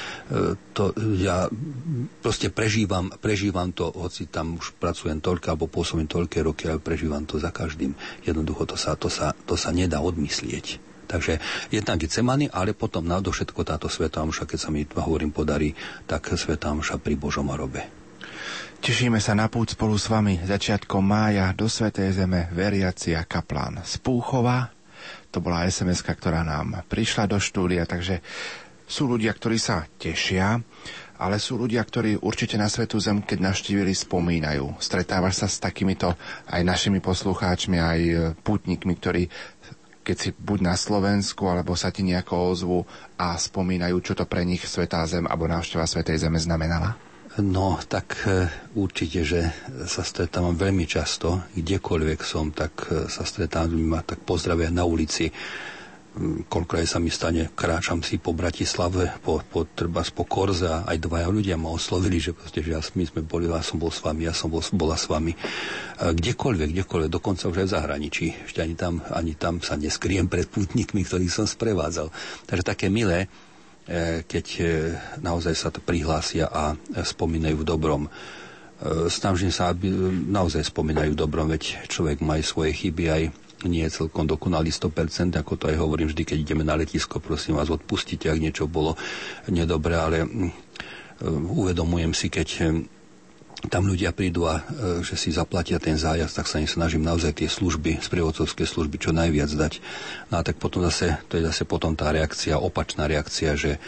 Speaker 3: Ja proste prežívam to, hoci tam už pracujem toľko, alebo pôsobím toľké roky, ale prežívam to za každým. Jednoducho to sa nedá odmyslieť. Takže jednak Getsemani, ale potom nadovšetko táto svätá omša, keď sa mi podarí, tak svätá omša pri Božom hrobe.
Speaker 1: Tešíme sa na púť spolu s vami začiatkom mája do Svätej Zeme veriaci a kaplán z Púchova. To bola SMS-ka, ktorá nám prišla do štúdia, takže sú ľudia, ktorí sa tešia, ale sú ľudia, ktorí určite na Svätú Zem, keď navštívili, spomínajú. Stretávaš sa s takýmito aj našimi poslucháčmi, aj pútnikmi, ktorí keď si buď na Slovensku, alebo sa ti nejako ozvu a spomínajú, čo to pre nich Svätá Zem alebo návšteva Svätej Zeme znamenala?
Speaker 3: No, tak určite, že sa stretávam veľmi často, kdekoľvek som, tak sa stretávam, ma tak pozdravia na ulici. Koľko aj sa mi stane, kráčam si po Bratislave, po Korze a aj dvaja ľudia ma oslovili, že proste, že my sme boli, ja som bol s vami, bola s vami. Kdekoľvek, dokonca už aj v zahraničí. Ešte ani tam sa neskriem pred pútnikmi, ktorých som sprevádzal. Takže také milé, keď naozaj sa to prihlásia a spomínajú v dobrom. Snažím sa, aby naozaj spomínajú v dobrom, veď človek má aj svoje chyby, aj nie je celkom dokonalý 100%, ako to aj hovorím vždy, keď ideme na letisko, prosím vás, odpustite, ak niečo bolo nedobré, ale uvedomujem si, keď tam ľudia prídu a že si zaplatia ten zájazd, tak sa im snažím naozaj tie služby, sprievodcovské služby čo najviac dať. No a tak potom to je zase potom tá reakcia, opačná reakcia, že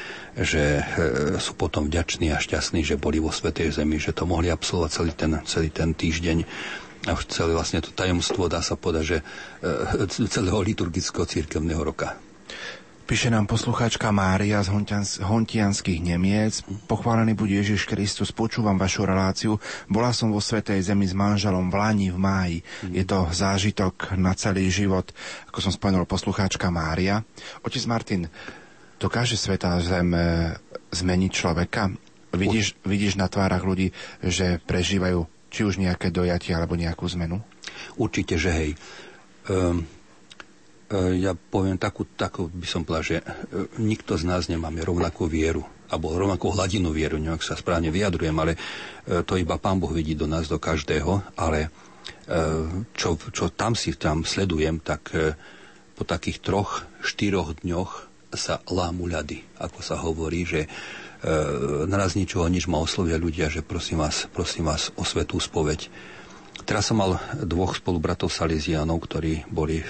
Speaker 3: sú potom vďační a šťastní, že boli vo Svätej Zemi, že to mohli absolvovať celý ten týždeň. A už celé vlastne to tajomstvo, dá sa povedať, že celého liturgického cirkevného roka.
Speaker 1: Píše nám poslucháčka Mária z Hontianských Nemiec. Pochválený buď Ježiš Kristus, počúvam vašu reláciu. Bola som vo Svätej Zemi s manželom v Lani v máji. Je to zážitok na celý život, ako som spomenul, poslucháčka Mária. Otec Martin, dokáže Svätá Zem zmeniť človeka? Vidíš na tvárach ľudí, že prežívajú či už nejaké dojatie alebo nejakú zmenu?
Speaker 3: Určite, že hej. Ja poviem takú by som povedal, že nikto z nás nemáme rovnakú vieru, alebo rovnakú hladinu vieru, neviem, ak sa správne vyjadrujem, ale to iba Pán Boh vidí do nás, do každého, ale čo tam sledujem, tak po takých 3-4 dňoch sa lámu ľady, ako sa hovorí, že naraz ničoho nič ma oslovia ľudia, že prosím vás o svätú spoveď. Teraz som mal 2 spolubratov Salesiánov, ktorí boli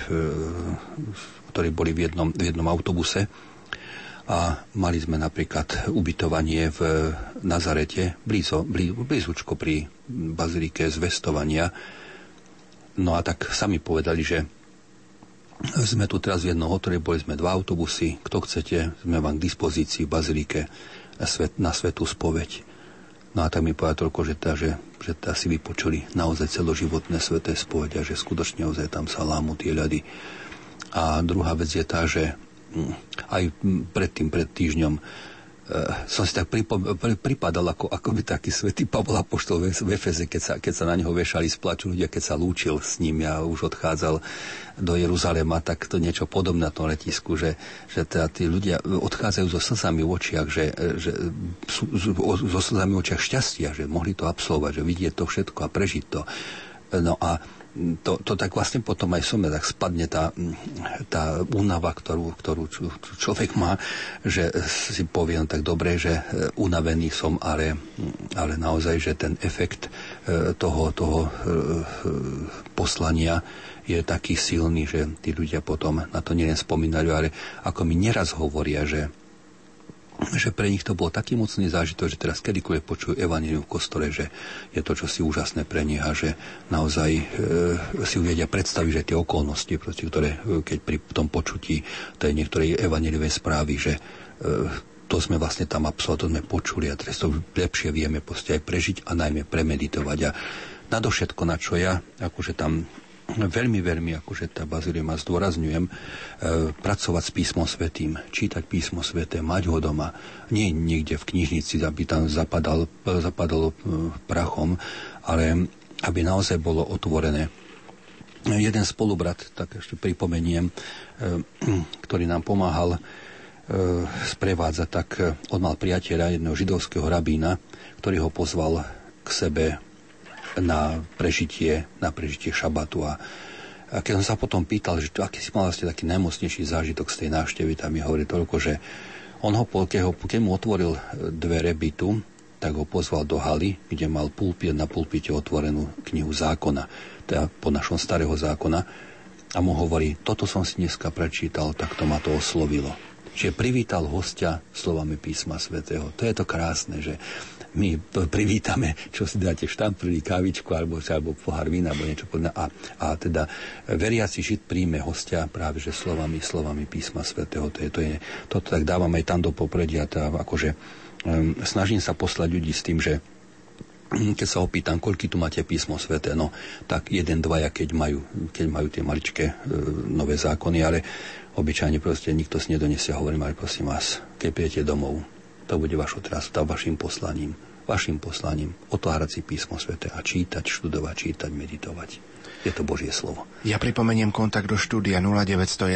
Speaker 3: v jednom autobuse a mali sme napríklad ubytovanie v Nazarete, blízučko pri bazilike Zvestovania. No a tak sami povedali, že sme tu teraz v jednom hoteli, boli sme 2 autobusy, kto chcete, sme vám k dispozícii v bazilike na svätú spoveď. No a tak mi povedal toľko, že si vypočuli naozaj celoživotné sväté spovede a že skutočne naozaj tam sa lámu tie ľady. A druhá vec je tá, že aj pred týždňom som si tak pripadal ako by taký svätý Pavol apoštol v Efeze, keď sa na neho vešali z plaču ľudia, keď sa lúčil s ním a už odchádzal do Jeruzalema, tak to niečo podobné na tom letisku, že teda tí ľudia odchádzajú so slzami v očiach, so slzami v očiach šťastia, že mohli to absolvovať, že vidieť to všetko a prežiť to. No a to tak vlastne potom aj som tak spadne tá únava, ktorú človek má, že si poviem tak dobre, že unavený som, ale naozaj, že ten efekt toho poslania je taký silný, že tí ľudia potom na to nielen spomínajú, ale ako mi neraz hovoria, že pre nich to bol taký mocný zážitok, že teraz kedykoľvek počujú evanjelium v kostole, že je to čosi úžasné pre nich a že naozaj si uvedia predstaviť, že tie okolnosti, ktoré keď pri tom počutí tej niektorej evanjeliovej správy, že to sme vlastne tam absolvovali, to sme počuli a teraz to lepšie vieme aj prežiť a najmä premeditovať. A nadovšetko, na čo ja akože tam veľmi, akože tá bazilika zdôrazňujem, pracovať s písmom svätým, čítať písmo sväté, mať ho doma, nie niekde v knižnici, aby tam zapadalo prachom, ale aby naozaj bolo otvorené. Jeden spolubrat, tak ešte pripomeniem, ktorý nám pomáhal sprevádzať, tak on mal priateľa, jedného židovského rabína, ktorý ho pozval k sebe na prežitie šabatu. A keď som sa potom pýtal, že aký si mal vlastne taký najmocnejší zážitok z tej návštevy, tam mi hovorí toľko, že on keď mu otvoril dvere bytu, tak ho pozval do haly, kde mal na pulpite otvorenú knihu zákona, teda po našom starého zákona, a mu hovorí, toto som si dneska prečítal, tak to ma to oslovilo. Čiže privítal hostia slovami písma svätého. To je to krásne, že my privítame, čo si dáte štamprli, kávičku alebo pohár vína alebo niečo podobné. A teda veriaci Žid príjme hostia práve že slovami písma svätého. Toto tak dávam aj tam do popredia. Akože snažím sa poslať ľudí s tým, že keď sa opýtam, koľky tu máte písmo sväté, no tak 1-2, keď majú tie maličké nové zákony, ale obyčajne proste nikto si nedonesie. Hovorím, ale prosím vás, keď príjete domov, to bude vašou trasou, vašim poslaním otvárať si písmo sväté a čítať, študovať, meditovať. Je to Božie slovo.
Speaker 1: Ja pripomeniem kontakt do štúdia 0911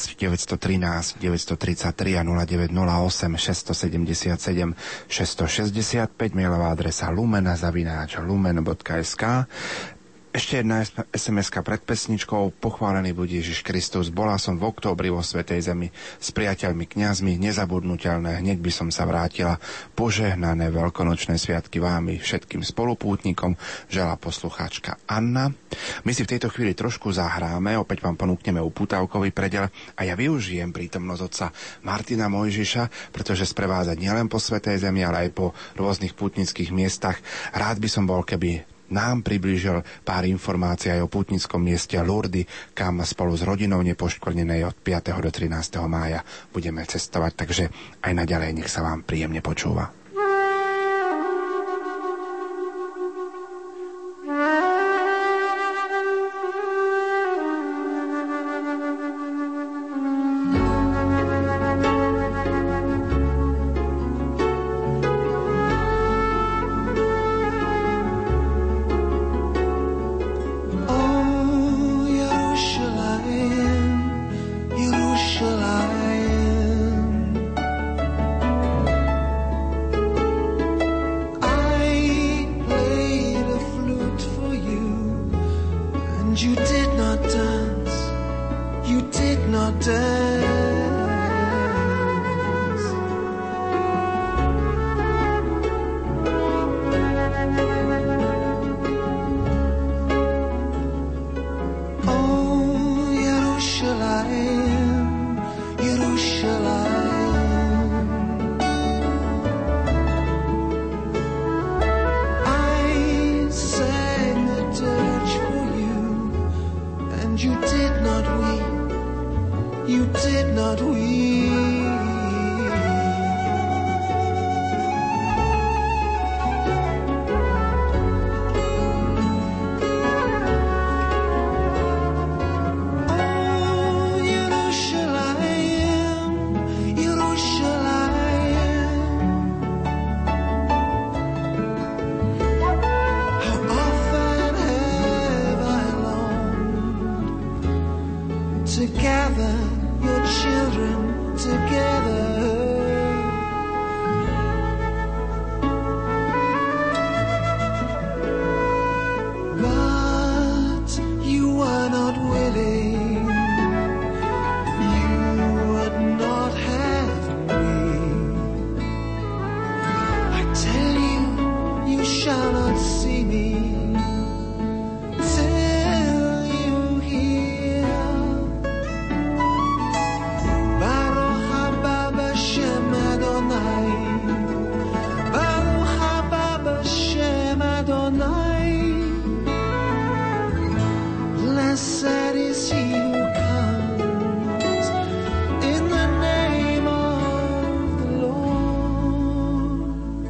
Speaker 1: 913 933 a 0908 677 665, mailová adresa lumen@lumen.sk. Ešte jedna SMS-ka pred pesničkou. Pochválený buď Ježiš Kristus. Bola som v októbri vo Svätej Zemi s priateľmi kňazmi. Nezabudnutelné. Hneď by som sa vrátila. Požehnané veľkonočné sviatky vám i všetkým spolupútnikom. Želá poslucháčka Anna. My si v tejto chvíli trošku zahráme. Opäť vám ponúkneme upútavkový predel a ja využijem prítomnosť otca Martina Mojžiša, pretože sprevázať nielen po Svätej Zemi, ale aj po rôznych pútnických miestach. Rád by som bol, keby nám priblížil pár informácií aj o pútnickom mieste Lourdes, kam spolu s rodinou nepoškvrnenej od 5. do 13. mája budeme cestovať, takže aj naďalej nech sa vám príjemne počúva.
Speaker 4: Tell you, you shall not see me. Tell you here. Baruch haba b'shem Adonai. Baruch haba b'shem Adonai. Blessed is he who comes in the name of the Lord.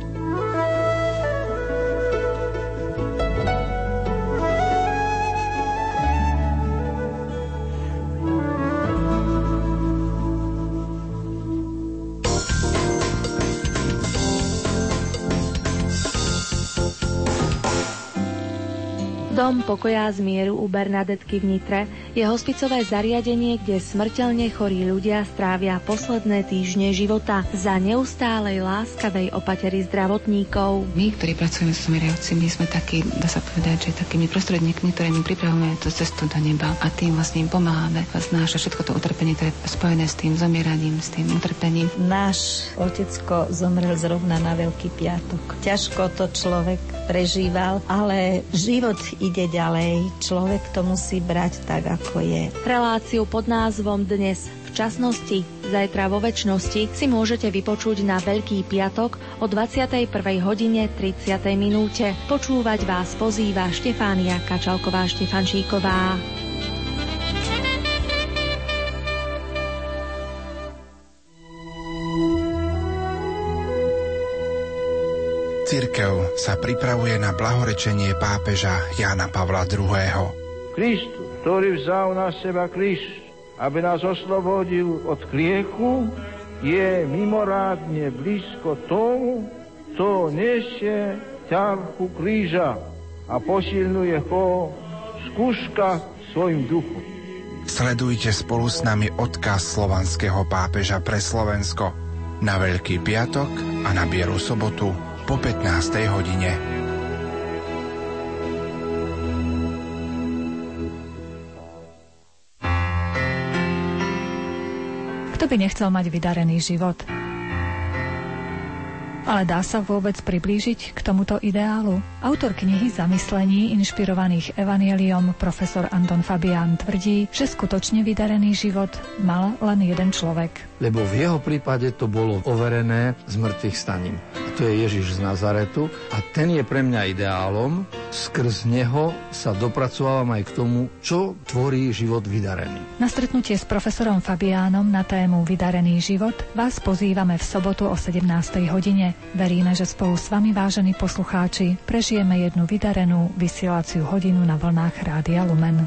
Speaker 15: Dom pokoja a zmieru u Bernadetky v Nitre je hospicové zariadenie, kde smrteľne chorí ľudia strávia posledné týždne života za neustálej láskavej opatery zdravotníkov.
Speaker 16: My, ktorí pracujeme s umierajúcimi, sme takí, dá sa povedať, že takými prostredníkmi, ktorými pripravujeme tú cestu do neba a tým vlastne im pomáhame znášať všetko to utrpenie, ktoré je spojené s tým zomieraním, s tým utrpením.
Speaker 17: Náš otecko zomrel zrovna na Veľký piatok. Ťažko to človek prežíval, ale život ide ďalej. Človek to musí brať tak, ako je.
Speaker 15: Reláciu pod názvom Dnes v časnosti, zajtra vo večnosti si môžete vypočuť na Veľký piatok o 21:30. Počúvať vás pozýva Štefánia Kačalková-Štefančíková.
Speaker 1: Cirkev sa pripravuje na blahorečenie pápeža Jána Pavla II.
Speaker 18: Kristus, ktorý vzal na seba kríž, aby nás oslobodil od griechu, je mimoriadne blízko tomu, kto nesie ťarchu kríža a posilňuje ho skúška svojim duchom.
Speaker 1: Sledujte spolu s nami odkaz slovanského pápeža pre Slovensko na Veľký piatok a na Bielu sobotu po 15. hodine.
Speaker 9: Kto by nechcel mať vydarený život? Ale dá sa vôbec priblížiť k tomuto ideálu? Autor knihy Zamyslení, inšpirovaných Evangeliom, profesor Anton Fabián tvrdí, že skutočne vydarený život mal len jeden človek.
Speaker 19: Lebo v jeho prípade to bolo overené z mŕtvych staním. A to je Ježiš z Nazaretu a ten je pre mňa ideálom. Skrz neho sa dopracovávam aj k tomu, čo tvorí život vydarený.
Speaker 9: Na stretnutie s profesorom Fabiánom na tému Vydarený život vás pozývame v sobotu o 17. hodine. Veríme, že spolu s vami, vážení poslucháči, prežijeme jednu vydarenú vysielaciu hodinu na vlnách Rádia Lumen.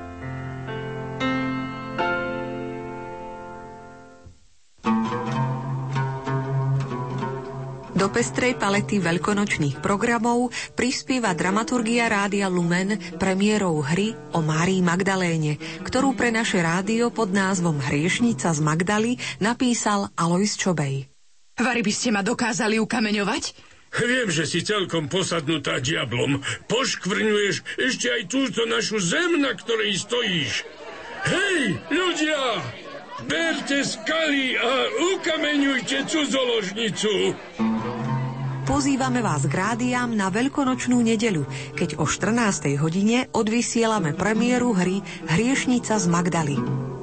Speaker 20: Do pestrej palety veľkonočných programov prispieva dramaturgia Rádia Lumen premiérou hry o Márii Magdaléne, ktorú pre naše rádio pod názvom Hriešnica z Magdaly napísal Alojz Čobej.
Speaker 21: Vari by ste ma dokázali ukameňovať?
Speaker 22: Viem, že si celkom posadnutá diablom. Poškvrňuješ ešte aj túto našu zem, na ktorej stojíš. Hej, ľudia! Berte skaly a ukameňujte cudzoložnicu!
Speaker 20: Pozývame vás k rádiám na veľkonočnú nedeľu, keď o 14. hodine odvysielame premiéru hry Hriešnica z Magdaly.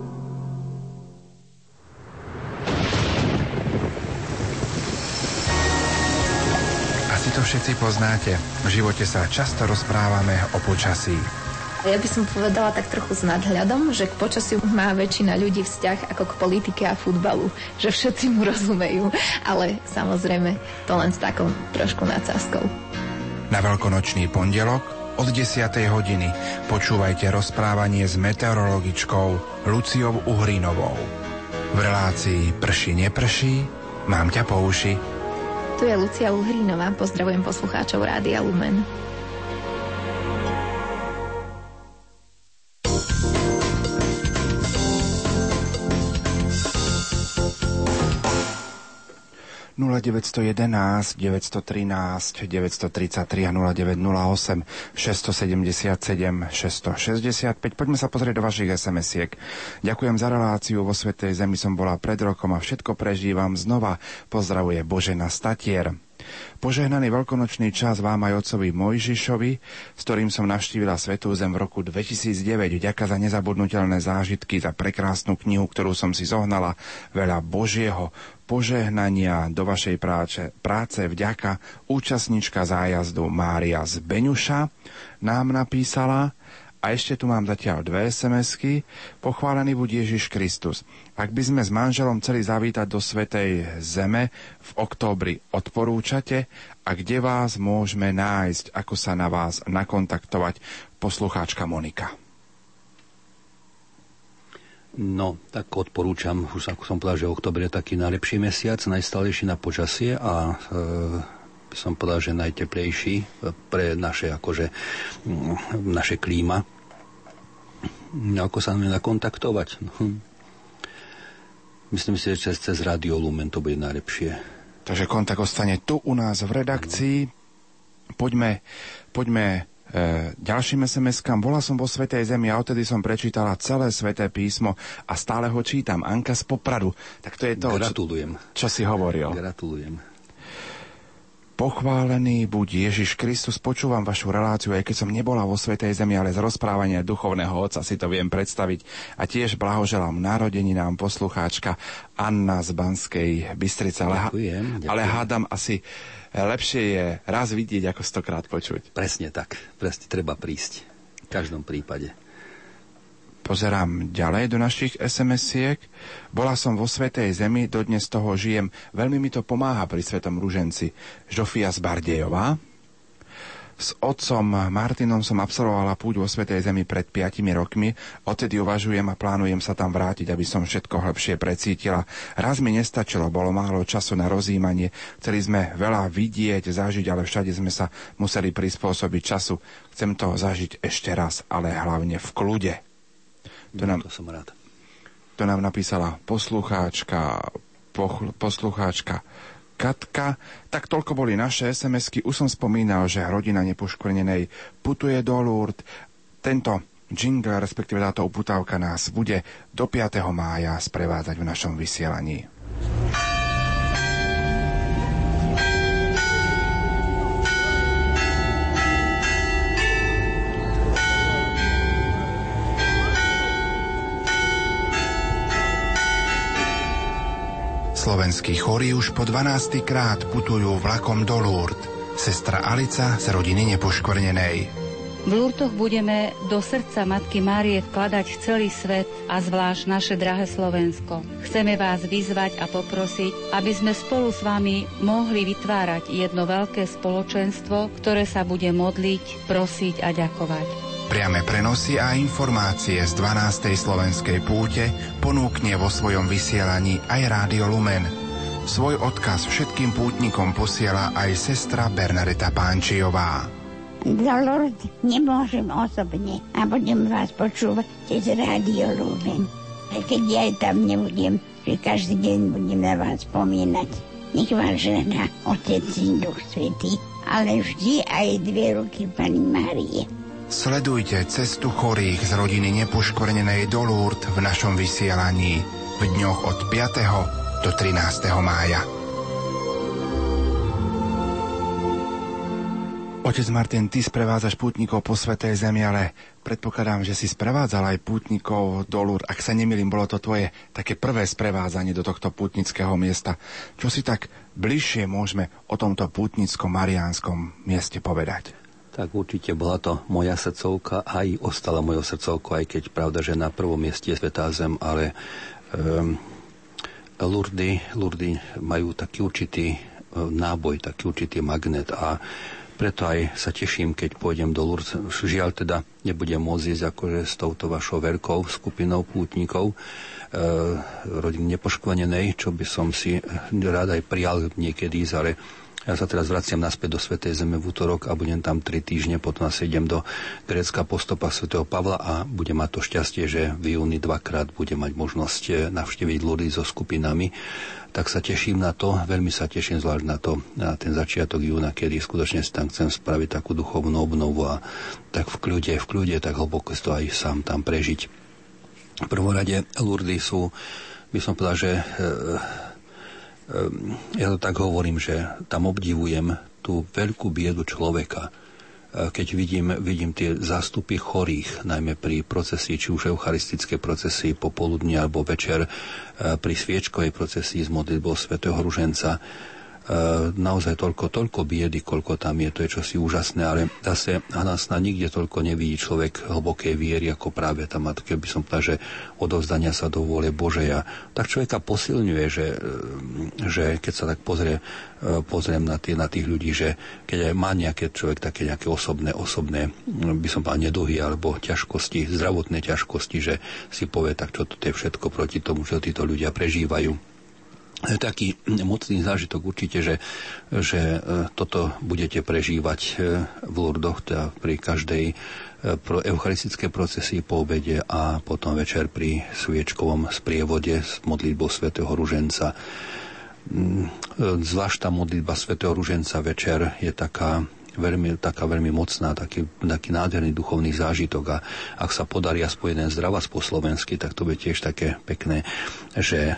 Speaker 1: Asi to všetci poznáte. V živote sa často rozprávame o počasí.
Speaker 23: Ja by som povedala tak trochu s nadhľadom, že k počasiu má väčšina ľudí vzťah ako k politike a futbalu. Že všetci mu rozumejú, ale samozrejme to len s takou trošku nadsázkou.
Speaker 1: Na veľkonočný pondelok od 10. hodiny počúvajte rozprávanie s meteorologičkou Luciou Uhrinovou. V relácii Prší neprší, mám ťa po uši.
Speaker 23: Tu je Lucia Uhrinová, pozdravujem poslucháčov Rádia Lumen.
Speaker 1: – 0911 913 933 a 0908 677 665. Poďme sa pozrieť do vašich SMS-iek. Ďakujem za reláciu. Vo Svätej Zemi som bola pred rokom a všetko prežívam znova. Pozdravuje Božena Statier. Požehnaný veľkonočný čas vám aj otcovi Mojžišovi, s ktorým som navštívila Svätú Zem v roku 2009. Vďaka za nezabudnutelné zážitky, za prekrásnu knihu, ktorú som si zohnala. Veľa Božieho požehnania do vašej práce vďaka. Účastníčka zájazdu Mária z Beňuša nám napísala. A ešte tu mám zatiaľ 2 SMS-ky. Pochválený buď Ježiš Kristus. Ak by sme s manželom chceli zavítať do Svätej Zeme v októbri, odporúčate? A kde vás môžeme nájsť? Ako sa na vás nakontaktovať? Poslucháčka Monika.
Speaker 3: No, tak odporúčam, už ako som povedal, že október je taký najlepší mesiac, najstálejší na počasie a by som povedal, že najteplejší pre naše, naše klíma. No, ako sa nám nakontaktovať? Myslím si, že cez Radio Lumen to bude najlepšie.
Speaker 1: Takže kontakt ostane tu u nás v redakcii. Poďme ďalším SMS-kám. Bola som vo Svätej Zemi a odtedy som prečítala celé Sväté písmo a stále ho čítam. Anka z Popradu. Tak to je to,
Speaker 3: gratulujem.
Speaker 1: Čo si hovoril.
Speaker 3: Gratulujem.
Speaker 1: Pochválený buď Ježiš Kristus. Počúvam vašu reláciu, aj keď som nebola vo Svätej Zemi, ale z rozprávania duchovného otca si to viem predstaviť. A tiež blahoželám narodeninám poslucháčka Anna z Banskej Bystrice.
Speaker 3: Ďakujem.
Speaker 1: Ale hádam asi lepšie je raz vidieť, ako 100-krát počuť.
Speaker 3: Presne tak. Presne treba prísť. V každom prípade.
Speaker 1: Pozerám ďalej do našich SMS-iek. Bola som vo Svätej Zemi, dodnes toho žijem. Veľmi mi to pomáha pri Svetom ruženci. Žofia z Bardejová. S otcom Martinom som absolvovala púť vo Svätej Zemi pred 5 rokmi. Odtedy uvažujem a plánujem sa tam vrátiť, aby som všetko hlbšie precítila. Raz mi nestačilo, bolo málo času na rozjímanie. Chceli sme veľa vidieť, zažiť, ale všade sme sa museli prispôsobiť času. Chcem to zažiť ešte raz, ale hlavne v kľude. To
Speaker 3: som rád.
Speaker 1: To nám napísala poslucháčka Katka. Tak toľko boli naše SMS-ky. Už som spomínal, že rodina Nepoškvrnenej putuje do Lourdes. Tento jingle, respektíve táto uputávka nás bude do 5. mája sprevádzať v našom vysielaní.
Speaker 2: Slovenskí chorí už po 12. krát putujú vlakom do Lourdes. Sestra Alica z rodiny Nepoškvrnenej.
Speaker 5: V Lourdoch budeme do srdca Matky Márie vkladať celý svet a zvlášť naše drahé Slovensko. Chceme vás vyzvať a poprosiť, aby sme spolu s vami mohli vytvárať jedno veľké spoločenstvo, ktoré sa bude modliť, prosiť a ďakovať.
Speaker 2: Priame prenosy a informácie z 12. slovenskej púte ponúkne vo svojom vysielaní aj Rádio Lumen. Svoj odkaz všetkým pútnikom posiela aj sestra Bernadeta Pánčiová.
Speaker 7: Do Lourdes nemôžem osobne a budem vás počúvať cez Rádio Lumen. A keď ja tam nebudem, že každý deň budem na vás spomínať. Nech vás žehná Otec i Duch Svätý, ale vždy aj 2 ruky Panny Márie.
Speaker 2: Sledujte cestu chorých z rodiny Nepoškvrnenej do Lourdes v našom vysielaní v dňoch od 5. do 13. mája.
Speaker 1: Otec Martin, ty sprevádzaš pútnikov po Svätej Zemi, ale predpokladám, že si sprevádzal aj pútnikov do Lourdes. Ak sa nemýlim, bolo to tvoje také prvé sprevádzanie do tohto pútnického miesta. Čo si tak bližšie môžeme o tomto pútnicko-mariánskom mieste povedať?
Speaker 3: Tak určite bola to moja srdcovka, aj ostala mojou srdcovkou, aj keď pravda, že na prvom mieste je Svätá Zem, ale Lourdes majú taký určitý náboj, taký určitý magnet a preto aj sa teším, keď pôjdem do Lourdes. Žiaľ teda nebudem môcť ísť akože s touto vašou veľkou skupinou pútnikov rodiny Nepoškvrnenej, čo by som si rád aj prijal niekedy ísť, ale ja sa teraz vraciam naspäť do Svätej Zeme v utorok a budem tam 3 týždne, potom sa idem do Grécka po stopách svätého Pavla a budem mať to šťastie, že v júni 2-krát budem mať možnosť navštíviť Lourdes so skupinami. Tak sa teším na to, veľmi sa teším zvlášť na ten začiatok júna, kedy skutočne si tam chcem spraviť takú duchovnú obnovu a tak v kľude, tak hlboko to aj sám tam prežiť. V prvom rade Lourdes sú, by som povedal, že Ja to tak hovorím, že tam obdivujem tú veľkú biedu človeka. Keď vidím tie zástupy chorých, najmä pri procesii, či už eucharistické procesii popoludní alebo večer, pri sviečkovej procesii s modlitbou svätého Ruženca, naozaj toľko biedy, koľko tam je, to je čosi úžasné, ale zase na nikde toľko nevidí človek hlbokej viery, ako práve tam, a keby som povedal, že odovzdania sa do vôle Božej, a tak človeka posilňuje, že keď sa tak pozriem na tých ľudí, že keď má nejaké človek také nejaké osobné, by som povedal, neduhy alebo ťažkosti, zdravotné ťažkosti, že si povie, tak čo to je všetko proti tomu, čo títo ľudia prežívajú. Taký mocný zážitok určite, že toto budete prežívať v Lurdoch, teda pri každej eucharistické procesii po obede a potom večer pri sviečkovom sprievode s modlitbou svätého Ruženca. Zvlášť tá modlitba svätého Ruženca večer je taká veľmi mocná, taký nádherný duchovný zážitok, a ak sa podarí aspoň jeden zdravás po slovensky, tak to bude tiež také pekné, že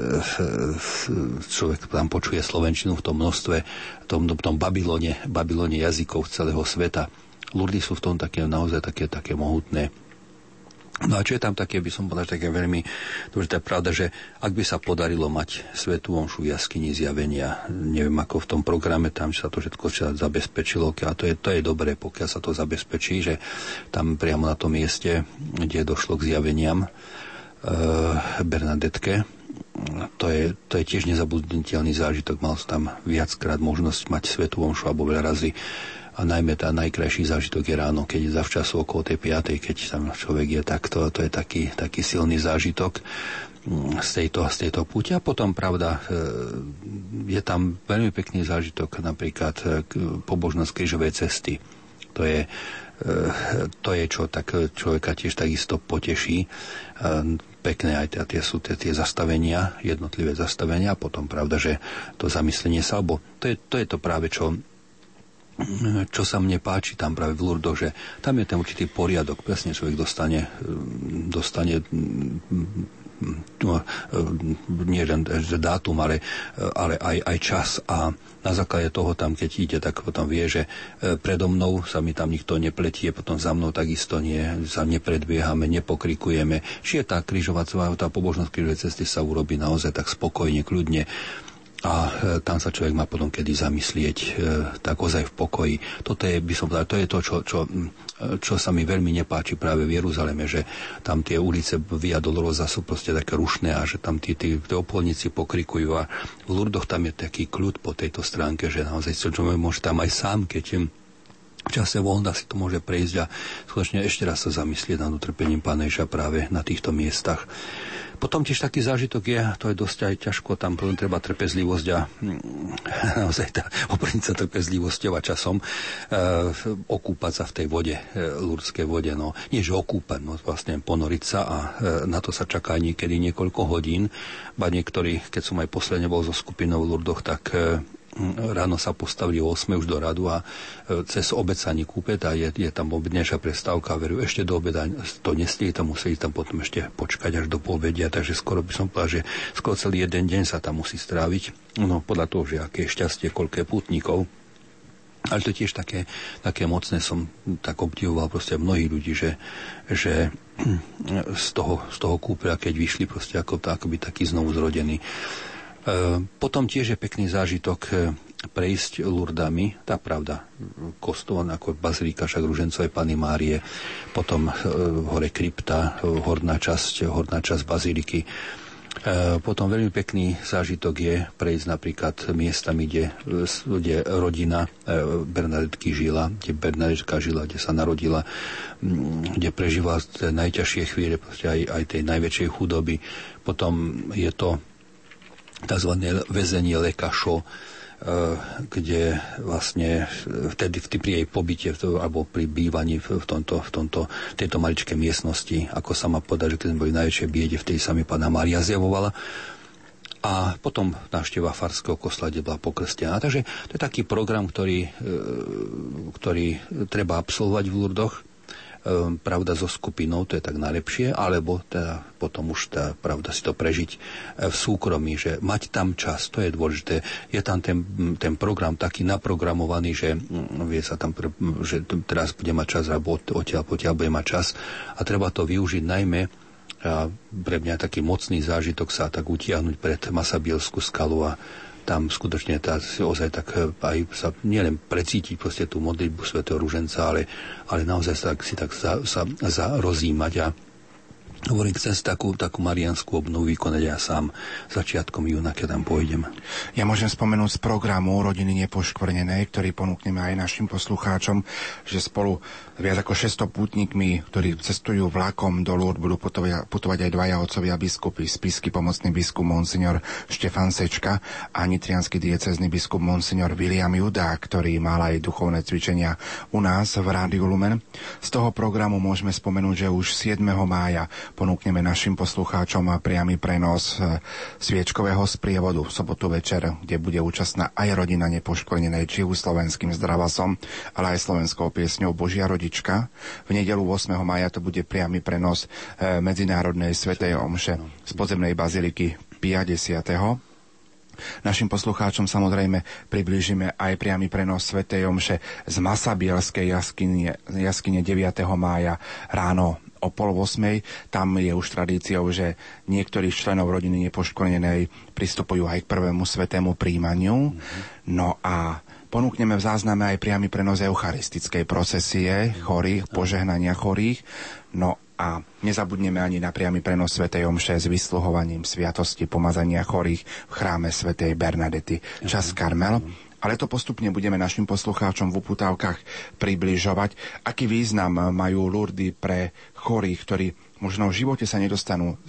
Speaker 3: človek tam počuje slovenčinu v tom množstve, v tom Babylone jazykov celého sveta. Lurdy sú v tom naozaj také mohutné. No a čo je tam také, by som povedal, také veľmi dôležité, pravda, že ak by sa podarilo mať svätú omšu v jaskyni zjavenia, neviem ako v tom programe, tam sa to všetko zabezpečilo, a to je dobré, pokiaľ sa to zabezpečí, že tam priamo na tom mieste, kde došlo k zjaveniam Bernadetke, to je tiež nezabudnutelný zážitok, mal som tam viackrát možnosť mať svätú omšu alebo veľa razy. A najmä tá najkrajší zážitok je ráno, keď zavčasu okolo tej 5, keď tam človek je takto, to je taký silný zážitok z tejto púte. A potom, pravda, je tam veľmi pekný zážitok, napríklad pobožnosť krížovej cesty. To je čo tak človeka tiež takisto poteší. Pekné aj tie zastavenia, jednotlivé zastavenia, a potom, pravda, že to zamyslenie sa, alebo to je to práve, čo sa mne páči tam práve v Lurdoch, že tam je ten určitý poriadok. Presne človek dostane nie len dátum, ale aj čas, a na základe toho tam, keď ide, tak potom vie, že predo mnou sa mi tam nikto nepletie, potom za mnou takisto sa nepredbiehame, nepokrikujeme. Čiže tá tá pobožnosť krížovej cesty sa urobí naozaj tak spokojne, kľudne. A tam sa človek má potom kedy zamyslieť tak ozaj v pokoji. Toto je, by som povedal, to je to, čo sa mi veľmi nepáči práve v Jeruzaleme, že tam tie ulice Via Dolorosa sú proste také rušné a že tam tí obchodníci pokrikujú, a v Lurdoch tam je taký kľud po tejto stránke, že naozaj človek môže tam aj sám, keď v čase voľna si to môže prejsť a skutočne ešte raz sa zamyslieť nad utrpením Pána Ježiša práve na týchto miestach. Potom tiež taký zážitok je, to je dosť aj ťažko, tam treba trpezlivosť a naozaj oprniť sa trpezlivosťou a časom okúpať sa v tej vode, lurdskej vode. No, nie že okúpať, no vlastne ponoriť sa, a na to sa čaká niekedy niekoľko hodín. Ba niektorí, keď som aj posledne bol so skupinou v Lurdoch, tak ráno sa postavili o 8 už do radu a cez obed sa nekúpe, a je tam obednejšia prestávka, veru ešte do obeda to nestihli, tam museli tam potom ešte počkať až do poobedia, takže skoro by som povedal, že skoro celý jeden deň sa tam musí stráviť, no podľa toho, že aké šťastie, koľko je pútnikov. Ale to tiež také mocné, som tak obdivoval proste mnohých ľudí, že z toho kúpela, keď vyšli proste akoby taký znovu zrodený. Potom tiež je pekný zážitok prejsť Lurdami, tá pravda, kostol ako bazilika však Ružencovej Panny Márie, potom hore krypta, horná časť baziliky. Potom veľmi pekný zážitok je prejsť napríklad miestami, kde rodina Bernadetky žila, kde Bernadetka žila, kde sa narodila, kde prežívala najťažšie chvíle, aj tej najväčšej chudoby. Potom je to tzv. Väzenie Lekašo, kde vlastne vtedy pri jej pobyte alebo pri bývaní v tejto maličkej miestnosti, ako sa má povedať, že keď sme boli najväčšie biede, vtedy sa mi Panna Mária zjavovala. A potom návšteva farského kostola, kde bola pokrstená. Takže to je taký program, ktorý treba absolvovať v Lurdoch. pravda so skupinou, to je tak najlepšie, alebo teda potom už tá pravda si to prežiť v súkromí, že mať tam čas, to je dôležité. Je tam ten program taký naprogramovaný, že vie sa tam, že teraz bude mať čas, alebo odtiaľ bude mať čas a treba to využiť najmä. A pre mňa taký mocný zážitok sa tak utiahnuť pred Masabielskú skalu a tam skutočne ozaj tak aj sa nielen precítiť proste tú modlitbu svätého Ruženca, ale naozaj si tak rozímať a hovorím, chcem takú mariánsku obnovu vykonať ja sám začiatkom júna, keď tam pôjdem.
Speaker 1: Ja môžem spomenúť z programu Rodiny nepoškvrnenej, ktorý ponúkneme aj našim poslucháčom, že spolu viac ako 600 pútnikmi, ktorí cestujú vlakom do Lourdes, budú putovať aj dvaja otcovia biskupy, spišský pomocný biskup monsignor Štefan Sečka a nitriansky diecézny biskup monsignor William Judá, ktorý mal aj duchovné cvičenia u nás v Rádiu Lumen. Z toho programu môžeme spomenúť, že už 7. mája ponúkneme našim poslucháčom priamy prenos sviečkového sprievodu v sobotu večer, kde bude účastná aj rodina nepoškvrnenej, či už slovenským zdravasom, ale aj slovenskou piesňou Božia rodička. V nedeľu 8. mája to bude priamy prenos medzinárodnej svätej omše z podzemnej baziliky Pia X. Našim poslucháčom samozrejme priblížime aj priamy prenos svätej omše z Masabielskej jaskyne 9. mája ráno o 7:30. Tam je už tradíciou, že niektorých členov rodiny nepoškvrnenej pristupujú aj k prvému svätému príjmaniu. No a ponúkneme v zázname aj priamy prenos eucharistickej procesie chorých, požehnania chorých. No a nezabudneme ani na priamy prenos svätej omše s vysluhovaním sviatosti pomazania chorých v chráme svätej Bernadety čas Karmel. Ale to postupne budeme našim poslucháčom v uputávkach približovať, aký význam majú Lourdes pre chorých, ktorí možno v živote sa nedostanú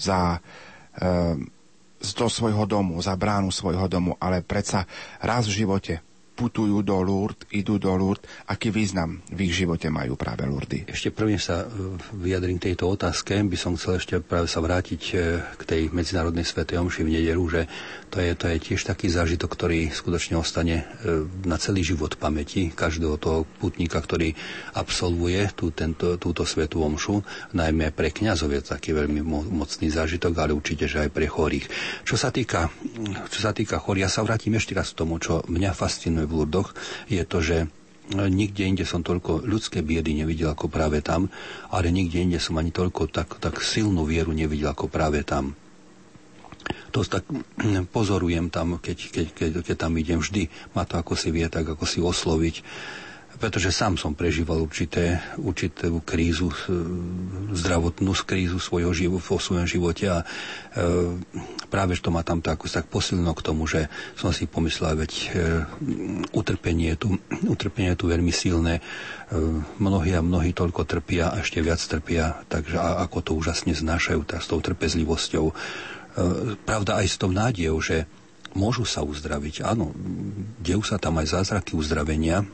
Speaker 1: do svojho domu, za bránu svojho domu, ale predsa raz v živote putujú do Lourdes, idú do Lourdes, aký význam v ich živote majú práve Lourdes.
Speaker 3: Ešte prvne sa vyjadrím tejto otázke, by som chcel ešte práve sa vrátiť k tej medzinárodnej svätej omši v nedeľu, že to je tiež taký zážitok, ktorý skutočne ostane na celý život v pamäti každého toho putníka, ktorý absolvuje túto svätú omšu, najmä pre kňazov je taký veľmi mocný zážitok, ale určite, že aj pre chorých. Čo sa týka chorých, ja sa vrátim ešte raz k tomu, čo mňa fascinuje v Lourdoch, je to, že nikde inde som toľko ľudské biedy nevidel ako práve tam, ale nikde inde som ani toľko tak silnú vieru nevidel ako práve tam. To tak pozorujem tam, keď tam idem vždy, ma to ako si vie, tak ako si osloviť, pretože sám som prežíval určitú krízu, zdravotnú krízu vo svojom živote a práve to ma tam tak posilnilo k tomu, že som si pomyslel, veď utrpenie je tu veľmi silné, mnohí toľko trpia a ešte viac trpia, takže ako to úžasne znášajú s tou trpezlivosťou. Pravda aj s tou nádejou, že môžu sa uzdraviť. Áno, dejú sa tam aj zázraky uzdravenia.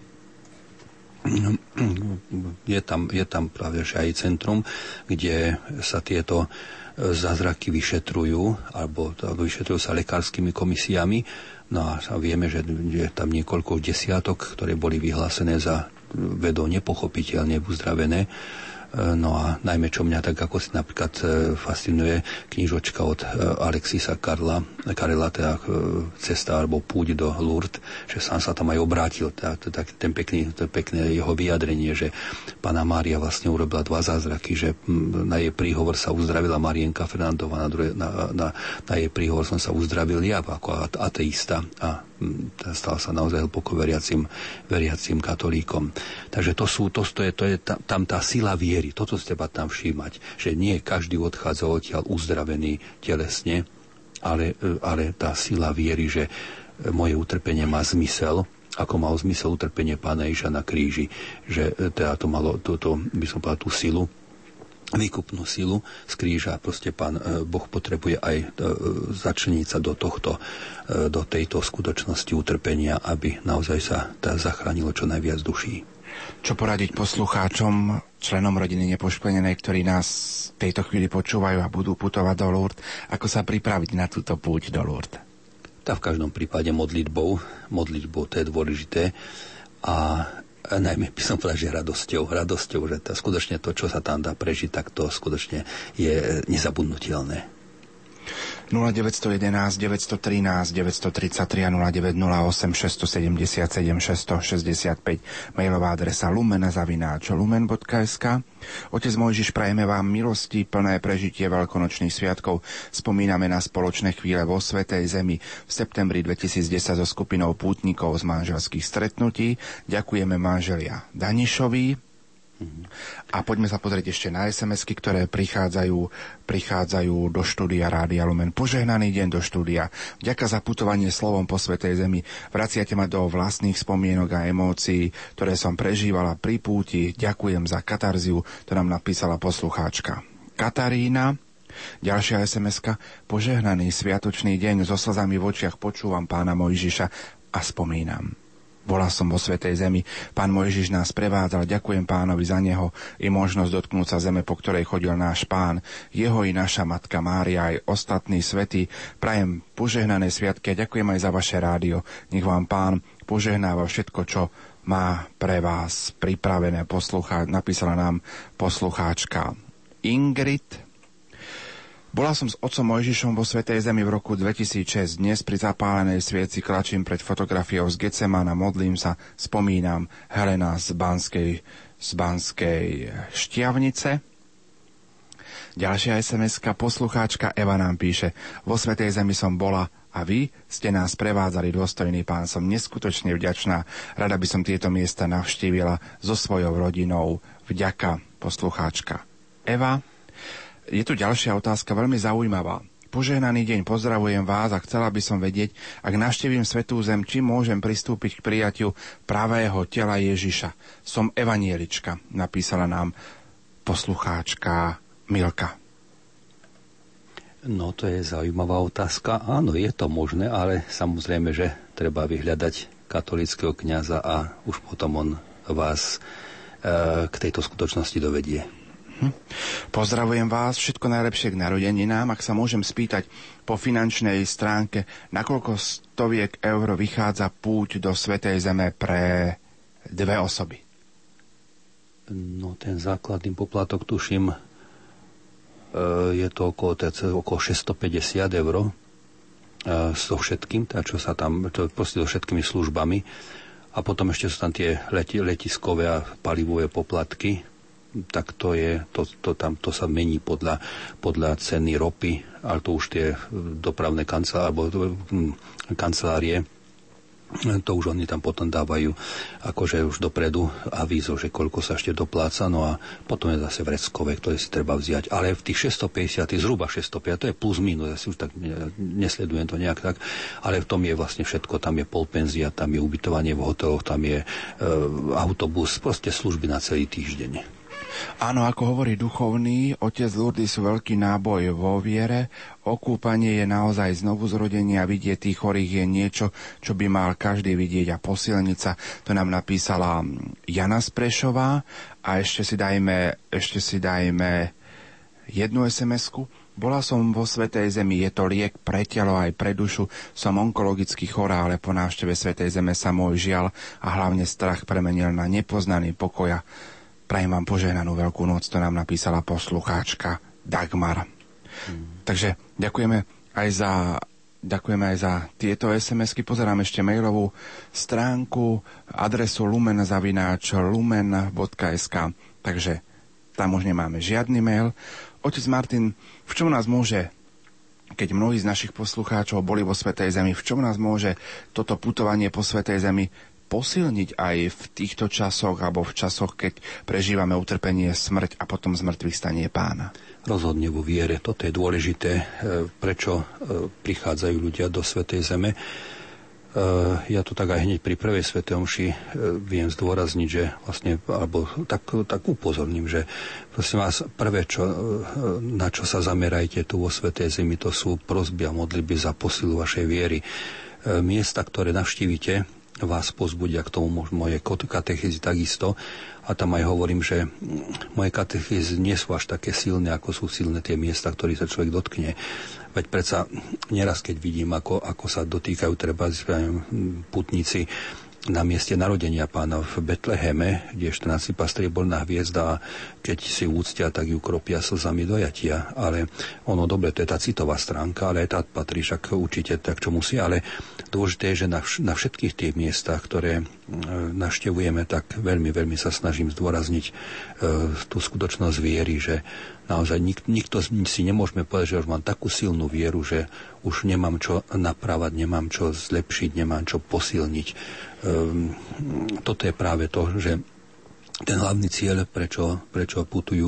Speaker 3: Je tam práve že aj centrum, kde sa tieto zázraky vyšetrujú, alebo vyšetrujú sa lekárskymi komisiami. No a vieme, že je tam niekoľko desiatok, ktoré boli vyhlásené za vedou nepochopiteľne uzdravené. No a najmä, čo mňa tak ako si napríklad fascinuje, knižočka od Alexisa Karela, teda Cesta alebo Púť do Lourdes, že sám sa tam aj obrátil. Ten pekné jeho vyjadrenie, že Panna Mária vlastne urobila 2 zázraky, že na jej príhovor sa uzdravila Marienka Fernandová, na jej príhovor som sa uzdravil ja ako ateista a stal sa naozaj hlboko veriacim katolíkom. Takže to je tam tá sila viery. Toto z teba tam všímať, že nie každý odchádza odtiaľ uzdravený telesne, ale tá sila viery, že moje utrpenie má zmysel, ako malo zmysel utrpenie Pána Ježiša na kríži, že teda to malo by som povedal tú silu, výkupnú silu z kríža. Proste Pán Boh potrebuje aj začleniť sa do tejto skutočnosti utrpenia, aby naozaj sa zachránilo čo najviac duší.
Speaker 1: Čo poradiť poslucháčom, členom rodiny nepoškvrnenej, ktorí nás v tejto chvíli počúvajú a budú putovať do Lourdes, ako sa pripraviť na túto púť do Lourdes?
Speaker 3: V každom prípade modlitbou, to je dôležité. A najmä by som povedal, že radosťou, že skutočne to, čo sa tam dá prežiť, tak to skutočne je nezabudnutelné.
Speaker 1: 0911 913 933 a 0908 677 665 mailová adresa lumen@lumen.sk. Otec Mojžiš, prajeme vám milosti plné prežitie veľkonočných sviatkov. Spomíname na spoločné chvíle vo Svätej Zemi v septembri 2010 so skupinou pútnikov z manželských stretnutí. Ďakujeme manželia Danišovi. A poďme sa pozrieť ešte na SMS-ky, ktoré prichádzajú do štúdia Rádia Lumen. Požehnaný deň do štúdia. Vďaka za putovanie slovom po Svätej Zemi. Vraciate ma do vlastných spomienok a emócií, ktoré som prežívala pri púti. Ďakujem za katarziu, to nám napísala poslucháčka Katarína. Ďalšia SMS-ka. Požehnaný sviatočný deň, so slzami v očiach počúvam pána Mojžiša a spomínam. Bola som vo Svätej Zemi. Pán Mojžiš nás prevádzal. Ďakujem pánovi za neho i možnosť dotknúť sa zeme, po ktorej chodil náš pán. Jeho i naša matka Mária, aj ostatní svätí. Prajem požehnané sviatky a ďakujem aj za vaše rádio. Nech vám pán požehnáva všetko, čo má pre vás pripravené. Napísala nám poslucháčka Ingrid. Bola som s otcom Mojžišom vo Svätej Zemi v roku 2006. Dnes pri zapálenej svieci klačím pred fotografiou z Getsemana, modlím sa, spomínam. Helena z Banskej Štiavnice. Ďalšia SMS-ka, poslucháčka Eva nám píše: vo Svätej Zemi som bola a vy ste nás prevádzali, dôstojný pán. Som neskutočne vďačná. Rada by som tieto miesta navštívila so svojou rodinou. Vďaka, poslucháčka Eva. Je tu ďalšia otázka, veľmi zaujímavá. Požehnaný deň, pozdravujem vás a chcela by som vedieť, ak navštívim Svätú Zem, či môžem pristúpiť k prijatiu pravého tela Ježiša. Som evanielička, napísala nám poslucháčka Milka.
Speaker 3: No, to je zaujímavá otázka. Áno, je to možné, ale samozrejme, že treba vyhľadať katolického kňaza a už potom on vás k tejto skutočnosti dovedie.
Speaker 1: Pozdravujem vás, všetko najlepšie k narodeninám. Ak sa môžem spýtať po finančnej stránke, nakoľko stoviek eur vychádza púť do Svätej Zeme pre 2 osoby?
Speaker 3: No, ten základný poplatok, tuším, je to okolo 650 eur so všetkým, čo sa tam, proste so všetkými službami. A potom ešte sú tam tie letiskové a palivové poplatky. Tak to sa mení podľa ceny ropy, ale to už tie dopravné kancelárie, to už oni tam potom dávajú akože už dopredu avízo, že koľko sa ešte dopláca, no a potom je zase vreckové, ktoré si treba vziať. Ale v tých 650, zhruba 650, to je plus minus, ja si už tak nesledujem to nejak tak, ale v tom je vlastne všetko, tam je polpenzia, tam je ubytovanie v hoteloch, tam je autobus, proste služby na celý týždeň.
Speaker 1: Áno, ako hovorí duchovný, otec Lourdes sú veľký náboj vo viere. Okúpanie je naozaj znovuzrodenie a vidieť tých chorých je niečo, čo by mal každý vidieť a posilniť sa. To nám napísala Jana z Prešova. A ešte si dajme jednu SMS-ku. Bola som vo Svätej Zemi, je to liek pre telo aj pre dušu. Som onkologicky chorá, ale po návšteve Svätej Zeme sa môj žiaľ a hlavne strach premenil na nepoznaný pokoja. Prajem vám požehnanú Veľkú noc, to nám napísala poslucháčka Dagmar. Takže ďakujeme aj za tieto SMS-ky. Pozerám ešte mailovú stránku, adresu lumen@lumen.sk. Takže tam už nemáme žiadny mail. Otec Martin, v čom nás môže, keď mnohí z našich poslucháčov boli vo Svätej Zemi, v čom nás môže toto putovanie po Svätej Zemi posilniť aj v týchto časoch alebo v časoch, keď prežívame utrpenie, smrť a potom zmrtvých stanie Pána?
Speaker 3: Rozhodne vo viere. Toto je dôležité, prečo prichádzajú ľudia do Svätej Zeme. Ja to tak aj hneď pri prvej svätej omši viem zdôrazniť, že vlastne, alebo tak upozorním, že prosím vás, prvé, na čo sa zamerajte tu vo Svätej Zemi, to sú prosby a modlitby za posilu vašej viery. Miesta, ktoré navštívite, vás pozbudia k tomu moje katechézy takisto. A tam aj hovorím, že moje katechézy nie sú až také silné, ako sú silné tie miesta, ktorých sa človek dotkne. Veď predsa neraz, keď vidím, ako sa dotýkajú treba putníci na mieste narodenia Pána v Betleheme, kde 14 strieborná hviezda, keď si úctia, tak ju kropia slzami dojatia. Ale ono, dobre, to je tá citová stránka, ale aj tá patrí však určite tak, čo musí. Ale dôležité je, že na všetkých tých miestach, ktoré navštevujeme, tak veľmi, veľmi sa snažím zdôrazniť tú skutočnosť viery, že naozaj nikto si nemôžeme povedať, že už mám takú silnú vieru, že už nemám čo napravať, nemám čo zlepšiť, nemám čo posilniť. Toto je práve to, že ten hlavný cieľ, prečo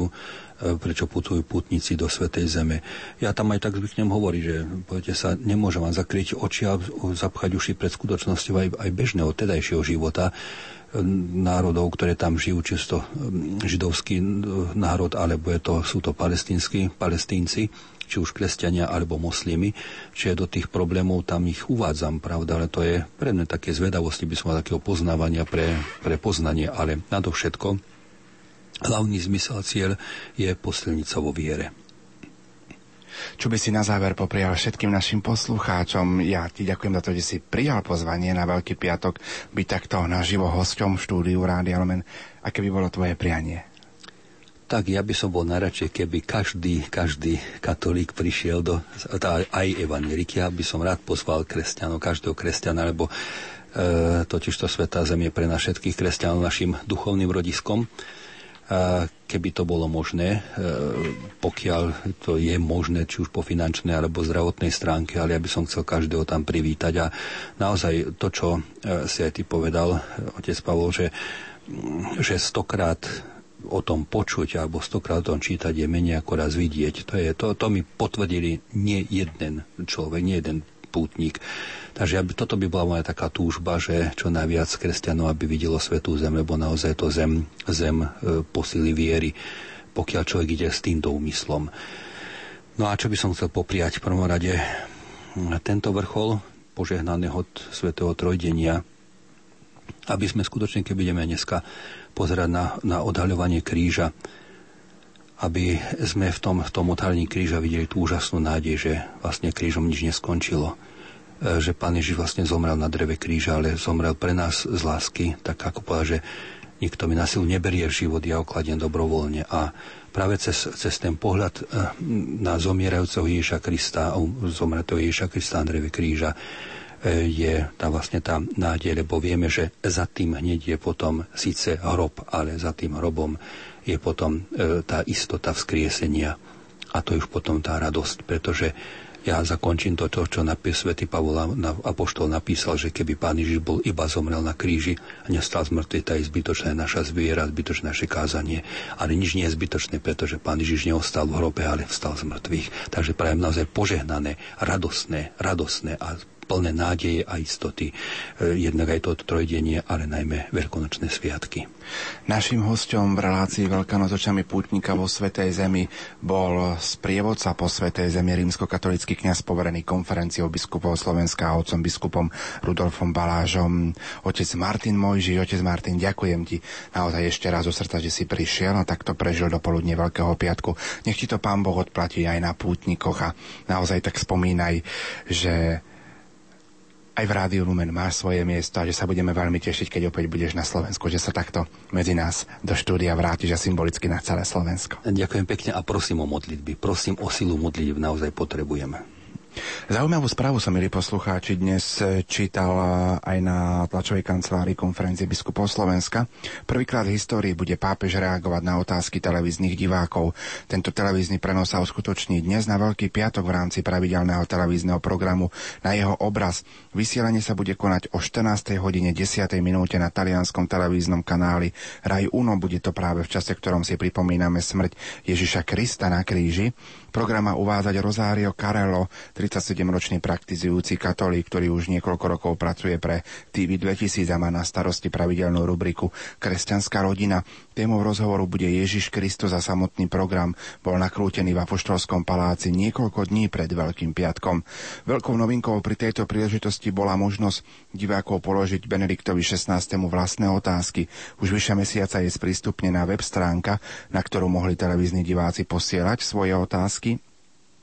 Speaker 3: putujú pútnici do Svätej Zeme. Ja tam aj tak zvyknem hovoriť, že poviete sa, nemôžem vám zakryť oči a zapchať uši pred skutočnosťou aj bežného tedajšieho života národov, ktoré tam žijú, čisto židovský národ, alebo sú to palestínci, či už kresťania alebo moslimi, čiže do tých problémov tam ich uvádzam, pravda, ale to je pre mňa také zvedavosti, by som mal takého poznávania pre poznanie, ale nadovšetko hlavný zmysel a cieľ je posilniť sa vo viere.
Speaker 1: Čo by si na záver poprial všetkým našim poslucháčom? Ja ti ďakujem za to, že si prijal pozvanie na Veľký piatok byť takto naživo hosťom v štúdiu Rádia Lumen. Aké by bolo tvoje prianie?
Speaker 3: Tak ja by som bol najradšej, keby každý katolík prišiel aj evanjeliky. Ja by som rád pozval kresťanov, každého kresťana, lebo totižto Svätá Zem je pre nás všetkých kresťanov našim duchovným rodiskom. Keby to bolo možné, pokiaľ to je možné, či už po finančnej alebo zdravotnej stránke, ale ja by som chcel každého tam privítať. A naozaj to, čo si aj ty povedal, otec Pavol, že 100-krát o tom počuť alebo 100-krát o tom čítať je menej ako raz vidieť. To mi potvrdili nie jeden človek, nie jeden pútnik. Takže toto by bola moja taká túžba, že čo najviac kresťanov, aby videlo Svätú Zem, lebo naozaj to zem posily viery, pokiaľ človek ide s týmto úmyslom. No a čo by som chcel popriať v prvom rade? Tento vrchol požehnaného svätého trojdenia, aby sme skutočne, keď budeme dneska pozerať na odhaľovanie kríža, aby sme v tom odhalení kríža videli tú úžasnú nádej, že vlastne krížom nič neskončilo. Že Pán Ježiš vlastne zomrel na dreve kríža, ale zomrel pre nás z lásky, tak ako povedal, že nikto mi na silu neberie život, ja okladiem dobrovoľne. A práve cez ten pohľad na zomierajúceho Ježiša Krista, zomretého Ježiša Krista na dreve kríža, je tá nádej, lebo vieme, že za tým hneď je potom síce hrob, ale za tým hrobom je potom tá istota vzkriesenia. A to je už potom tá radosť, pretože ja zakončím to, čo svätý Pavol apoštol napísal, že keby Pán Ježiš bol iba zomrel na kríži a nestal z mŕtvych, tak je zbytočné naša zviera, zbytočné naše kázanie. Ale nič nie je zbytočné, pretože Pán Ježiš neostal v hrobe, ale vstal z mŕtvych. Takže prajem naozaj požehnané, radosné a plné nádeje a istoty. Jednak aj toto trojdenie, ale najmä veľkonočné sviatky.
Speaker 1: Naším hosťom v relácii Veľkonoc očami pútnika vo Svätej Zemi bol sprievodca po Svätej Zemi rímskokatolícky kňaz poverený Konferenciou biskupov Slovenska a otcom biskupom Rudolfom Balážom, otec Martin Mojži. Otec Martin, ďakujem ti naozaj ešte raz zo srdca, že si prišiel a takto prežil dopoludne Veľkého piatku. Nech ti to Pán Boh odplatí aj na pútnikoch a naozaj tak spomínaj, že aj v Rádiu Lumen máš svoje miesto a že sa budeme veľmi tešiť, keď opäť budeš na Slovensku, že sa takto medzi nás do štúdia vrátiš a symbolicky na celé Slovensko.
Speaker 3: Ďakujem pekne a prosím o modlitby. Prosím o silu modlitby, naozaj potrebujeme.
Speaker 1: Zaujímavú správu som, milí poslucháči, dnes čítal aj na tlačovej kancelárii Konferencie biskupov Slovenska. Prvýkrát v histórii bude pápež reagovať na otázky televíznych divákov. Tento televízny prenos sa uskutoční dnes na Veľký piatok v rámci pravidelného televízneho programu Na jeho obraz. Vysielanie sa bude konať o 14:10 na talianskom televíznom kanáli Rai Uno. Bude to práve v čase, v ktorom si pripomíname smrť Ježiša Krista na kríži. Program má uvádzať Rosario Carello, 37-ročný praktizujúci katolík, ktorý už niekoľko rokov pracuje pre TV 2000 a má na starosti pravidelnú rubriku Kresťanská rodina. Témou rozhovoru bude Ježiš Kristus a samotný program bol nakrútený v Apoštolskom paláci niekoľko dní pred Veľkým piatkom. Veľkou novinkou pri tejto príležitosti bola možnosť divákov položiť Benediktovi XVI. Vlastné otázky. Už vyše mesiaca je sprístupnená web stránka, na ktorú mohli televízni diváci posielať svoje otázky.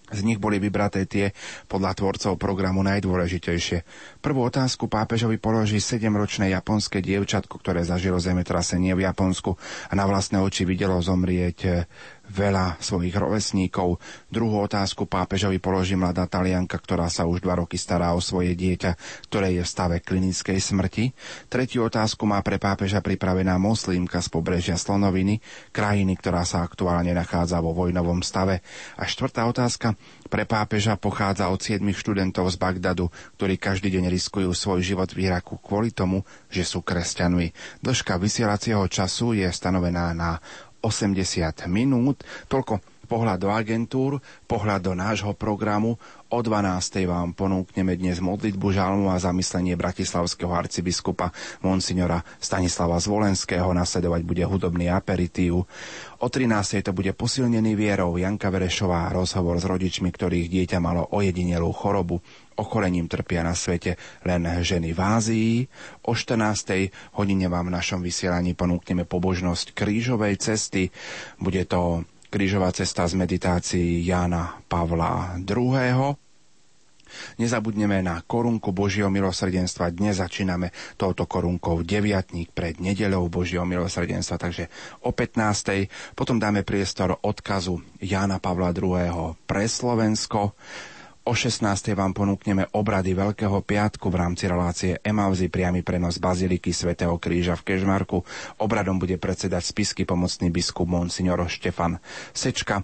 Speaker 1: Z nich boli vybraté tie podľa tvorcov programu najdôležitejšie. Prvú otázku pápežovi položí 7-ročné japonské dievčatko, ktoré zažilo zemetrasenie v Japonsku a na vlastné oči videlo zomrieť veľa svojich rovesníkov. Druhú otázku pápežovi položí mladá Talianka, ktorá sa už 2 roky stará o svoje dieťa, ktoré je v stave klinickej smrti. Tretiu otázku má pre pápeža pripravená moslímka z pobrežia Slonoviny, krajiny, ktorá sa aktuálne nachádza vo vojnovom stave. A štvrtá otázka pre pápeža pochádza od 7 študentov z Bagdadu, ktorí každý deň riskujú svoj život v Iraku kvôli tomu, že sú kresťanmi. Dĺžka vysielacieho času je stanovená na 80 minút. Toľko pohľad do agentúr, pohľad do nášho programu. O 12:00 vám ponúkneme dnes modlitbu žalmu a zamyslenie bratislavského arcibiskupa monsignora Stanislava Zvolenského. Nasledovať bude hudobný aperitív. O 13:00 to bude posilnený vierou Janka Verešová, rozhovor s rodičmi, ktorých dieťa malo ojedinelú chorobu. Ochorením trpia na svete len ženy v Ázii. O 14:00 hodine vám v našom vysielaní ponúkneme pobožnosť krížovej cesty. Bude to krížová cesta z meditácií Jána Pavla II. Nezabudneme na korunku Božieho milosrdenstva. Dnes začíname touto korunkou deviatník pred nedeľou Božieho milosrdenstva, takže o 15:00. Potom dáme priestor odkazu Jána Pavla II. Pre Slovensko. O 16:00 vám ponúkneme obrady Veľkého piatku v rámci relácie Emauzy, priamy prenos Baziliky svätého Kríža v Kežmarku. Obradom bude predsedať spišský pomocný biskup monsignor Štefan Sečka.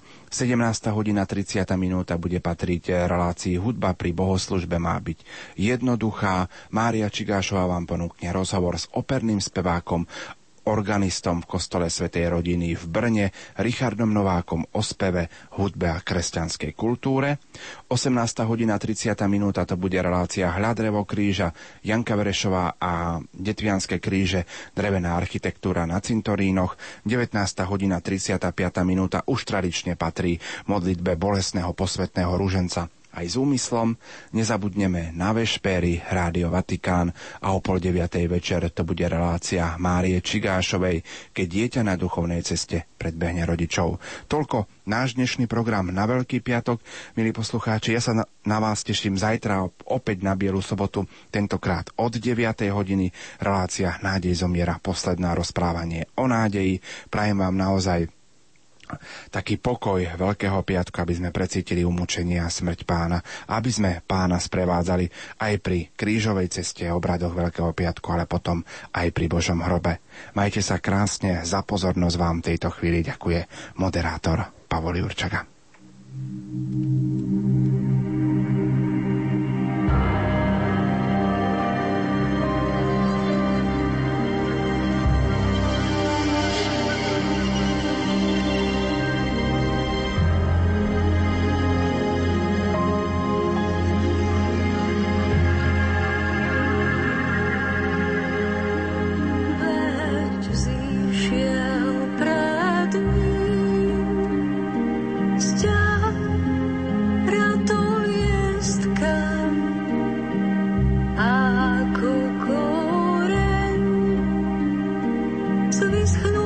Speaker 1: 17:30 bude patriť relácii Hudba pri bohoslužbe má byť jednoduchá. Mária Čigášová vám ponúkne rozhovor s operným spevákom, organistom v kostole Svätej Rodiny v Brne, Richardom Novákom o speve, hudbe a kresťanskej kultúre. 18:30 to bude relácia Hľadrevo kríža, Janka Verešová a Detvianske kríže, drevená architektúra na cintorínoch. 19:35 už tradične patrí modlitbe bolestného posvätného ruženca aj s úmyslom. Nezabudneme na vešpery Rádio Vatikán a o 8:30 večer to bude relácia Márie Čigášovej, keď dieťa na duchovnej ceste predbehne rodičov. Toľko náš dnešný program na Veľký piatok. Milí poslucháči, ja sa na vás teším zajtra opäť na Bielu sobotu, tentokrát od 9:00 hodiny. Relácia Nádej zomiera, posledná rozprávanie o nádeji. Prajem vám naozaj taký pokoj Veľkého piatku, aby sme precítili umúčenie a smrť Pána, aby sme Pána sprevádzali aj pri krížovej ceste, obradoch Veľkého piatku, ale potom aj pri Božom hrobe. Majte sa krásne, za pozornosť vám tejto chvíli ďakuje moderátor Pavol Jurčaga.
Speaker 8: Vyschnú